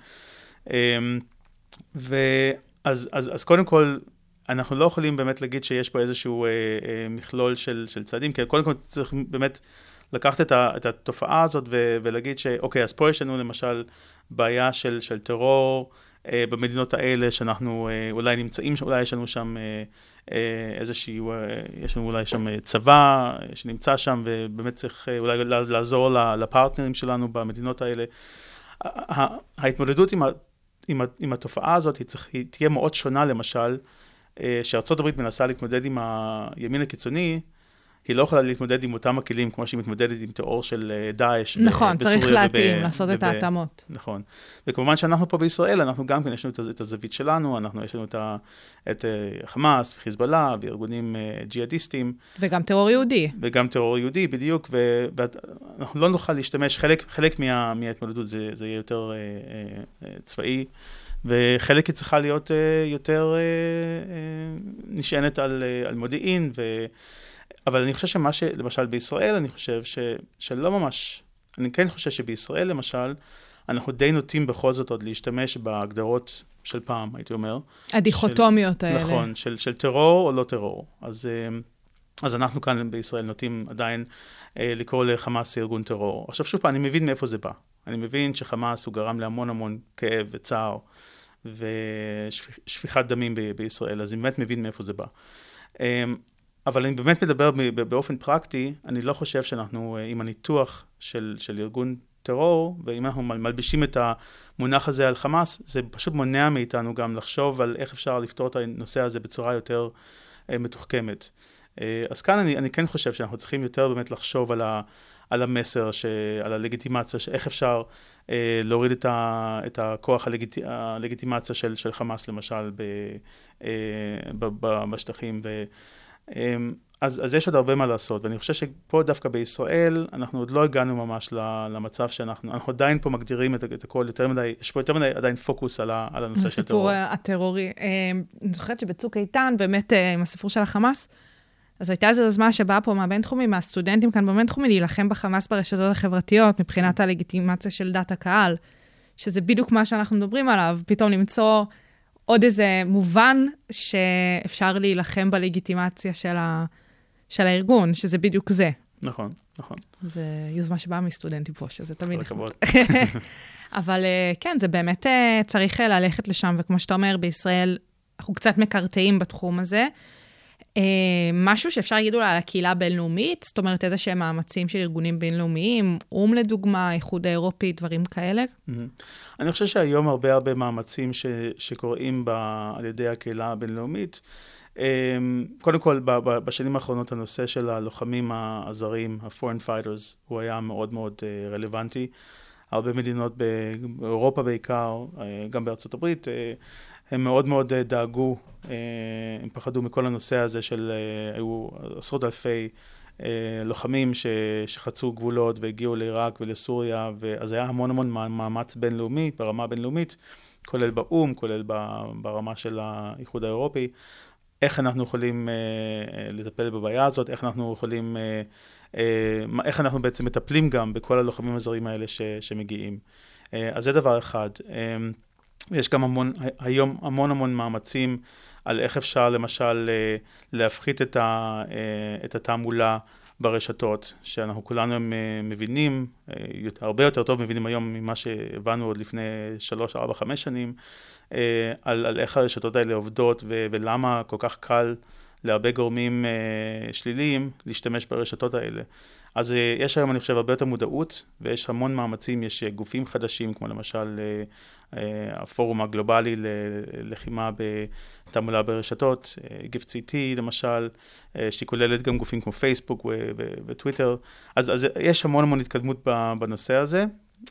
ואז, אז, אז קודם כל, אנחנו לא יכולים באמת להגיד שיש פה איזשהו מכלול של, של צעדים, כי קודם כל צריך באמת לקחת את, ה, את התופעה הזאת ולהגיד שאוקיי, אז פה יש לנו למשל בעיה של, של טרור במדינות האלה שאנחנו אולי נמצאים, אולי יש לנו שם איזשהו, יש לנו אולי שם צבא שנמצא שם, ובאמת צריך אולי לעזור לפרטנרים שלנו במדינות האלה. ההתמודדות עם, עם, עם התופעה הזאת היא, צריך, היא תהיה מאוד שונה, למשל, שארצות הברית מנסה להתמודד עם הימין הקיצוני, היא לא יכולה להתמודד עם אותם הכלים, כמו שהיא מתמודדת עם טרור של דאעש. נכון, צריך להתאים, לעשות את ההתאמות. נכון. וכמובן שאנחנו פה בישראל, אנחנו גם כן, יש לנו את הזווית שלנו, אנחנו, יש לנו את חמאס וחיזבאללה, וארגונים ג'יהאדיסטים. וגם טרור יהודי. וגם טרור יהודי, בדיוק, ואנחנו לא נוכל להשתמש, חלק מההתמודדות זה יהיה יותר צבאי, וחלק היא צריכה להיות יותר נשענת על מודיעין, ו... אבל אני חושב שמה שלמשל בישראל, אני חושב ש, שלא ממש, אני כן חושב שבישראל למשל, אנחנו די נוטים בכל זאת עוד להשתמש בהגדרות של פעם, הייתי אומר. הדיכוטומיות של, האלה. נכון, של, של טרור או לא טרור. אז, אז אנחנו כאן בישראל נוטים עדיין לקרוא לחמאס ארגון טרור. עכשיו שוב פעם, אני מבין מאיפה זה בא. אני מבין שחמאס הוא גרם להמון המון כאב וצער ושפיכת דמים ב- בישראל, אז אני באמת מבין מאיפה זה בא. אבל אני באמת מדבר באופן פרקטי, אני לא חושב שאנחנו עם הניתוח של, של ארגון טרור, ואם אנחנו מלבישים את המונח הזה על חמאס, זה פשוט מונע מאיתנו גם לחשוב על איך אפשר לפתור את הנושא הזה בצורה יותר מתוחכמת. אז כאן אני, אני כן חושב שאנחנו צריכים יותר באמת לחשוב על, ה, על המסר, ש, על הלגיטימציה, איך אפשר אה, להוריד את, ה, את הכוח הלגיט, הלגיטימציה של, של חמאס, למשל, ב, אה, ב, ב, בשטחים. ו, אז, אז יש עוד הרבה מה לעשות, ואני חושב שפה דווקא בישראל, אנחנו עוד לא הגענו ממש למצב שאנחנו, אנחנו עדיין פה מגדירים את, את הכל יותר מדי, יש פה יותר מדי עדיין פוקוס על, ה, על הנושא של טרור. הסיפור הטרורי. אני זוכרת שבצוק איתן, באמת עם הסיפור של החמאס, אז הייתה איזו יוזמה שבאה פה מהבינתחומי, מהסטודנטים כאן בבינתחומי, להילחם בחמאס ברשתות החברתיות, מבחינת הלגיטימציה של דת הקהל, שזה בדיוק מה שאנחנו מדברים עליו, פתאום למצוא עוד איזה מובן שאפשר להילחם בלגיטימציה של, ה... של הארגון, שזה בדיוק זה. נכון, נכון. זה יוזמה שבאה מסטודנטים פה, שזה תמיד נחמד. אבל כן, זה באמת צריך ללכת לשם, וכמו שאתה אומר, בישראל אנחנו קצת מקרטעים בתחום הזה. משהו שאפשר להגיד אולי על הקהילה הבינלאומית, זאת אומרת איזה שהם מאמצים של ארגונים בינלאומיים, אום לדוגמה, איחוד האירופי, דברים כאלה? אני חושב שהיום הרבה הרבה מאמצים ש, שקוראים ב, על ידי הקהילה הבינלאומית. קודם כל, ב, ב, בשנים האחרונות הנושא של הלוחמים הזרים, ה-foreign fighters, הוא היה מאוד מאוד רלוונטי. הרבה מדינות באירופה בעיקר, גם בארצות הברית, הם מאוד מאוד דאגו, הם פחדו מכל הנושא הזה של, היו עשרות אלפי לוחמים שחצו גבולות והגיעו לעיראק ולסוריה, ואז היה המון המון מאמץ בינלאומי, ברמה בינלאומית, כולל באום, כולל ברמה של האיחוד האירופי, איך אנחנו יכולים לטפל בבעיה הזאת, איך אנחנו יכולים, איך אנחנו בעצם מטפלים גם בכל הלוחמים הזרים האלה שמגיעים. אז זה דבר אחד. יש גם המון, היום המון המון מאמצים על איך אפשר למשל להפחית את, ה, את התעמולה ברשתות, שאנחנו כולנו מבינים, הרבה יותר טוב מבינים היום ממה שהבנו עוד לפני שלוש, ארבע, חמש שנים, על, על איך הרשתות האלה עובדות ו, ולמה כל כך קל להרבה גורמים שליליים להשתמש ברשתות האלה. אז יש היום, אני חושב, הרבה יותר מודעות, ויש המון מאמצים, יש גופים חדשים, כמו למשל הפורום הגלובלי ללחימה בתעמולה ברשתות, גיפט סי טי למשל, שכוללת גם גופים כמו פייסבוק וטוויטר. אז, אז יש המון המון התקדמות בנושא הזה,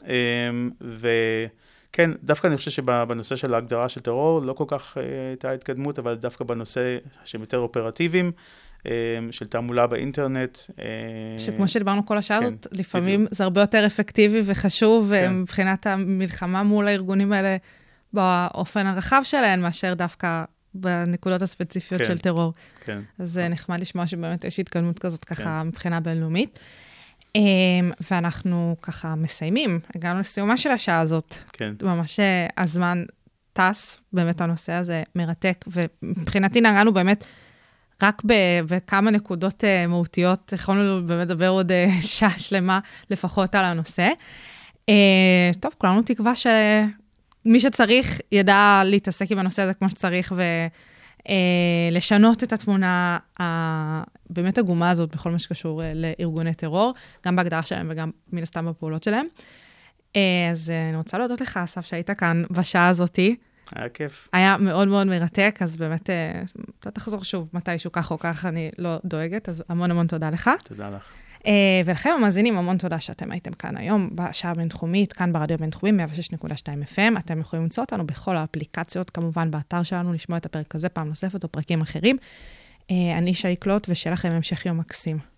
וכן, דווקא אני חושב שבנושא של ההגדרה של טרור לא כל כך הייתה התקדמות, אבל דווקא בנושא שהם יותר אופרטיביים, של תעמולה באינטרנט. שכמו שדיברנו כל השעה הזאת, לפעמים זה הרבה יותר אפקטיבי וחשוב, מבחינת המלחמה מול הארגונים האלה, באופן הרחב שלהן, מאשר דווקא בנקודות הספציפיות של טרור. אז זה נחמד לשמוע שבאמת יש התקדמות כזאת ככה מבחינה בינלאומית. ואנחנו ככה מסיימים, הגענו לסיומה של השעה הזאת. ממש הזמן טס, באמת הנושא הזה מרתק, ומבחינתי נגענו באמת רק בכמה נקודות מהותיות, יכולנו באמת לדבר עוד שעה שלמה לפחות על הנושא. טוב, כולנו תקווה מי שצריך ידע להתעסק עם הנושא הזה כמו שצריך, ולשנות את התמונה הבאמת עגומה הזאת, בכל מה שקשור לארגוני טרור, גם בהגדרה שלהם וגם מן הסתם בפעולות שלהם. אז אני רוצה להודות לך, אסף, שהיית כאן בשעה הזאת. היה כיף. היה מאוד מאוד מרתק, אז באמת, אתה תחזור שוב מתישהו כך או כך, אני לא דואגת, אז המון המון תודה לך. תודה לך. ולכם המאזינים, המון תודה שאתם הייתם כאן היום, בשעה הבינתחומית, כאן ברדיו הבינתחומי, מאה ושש נקודה שתיים אף אם. אתם יכולים למצוא אותנו בכל האפליקציות, כמובן באתר שלנו, לשמוע את הפרק הזה פעם נוספת או פרקים אחרים. אני שי קלוט, ושיהיה לכם המשך יום מקסים.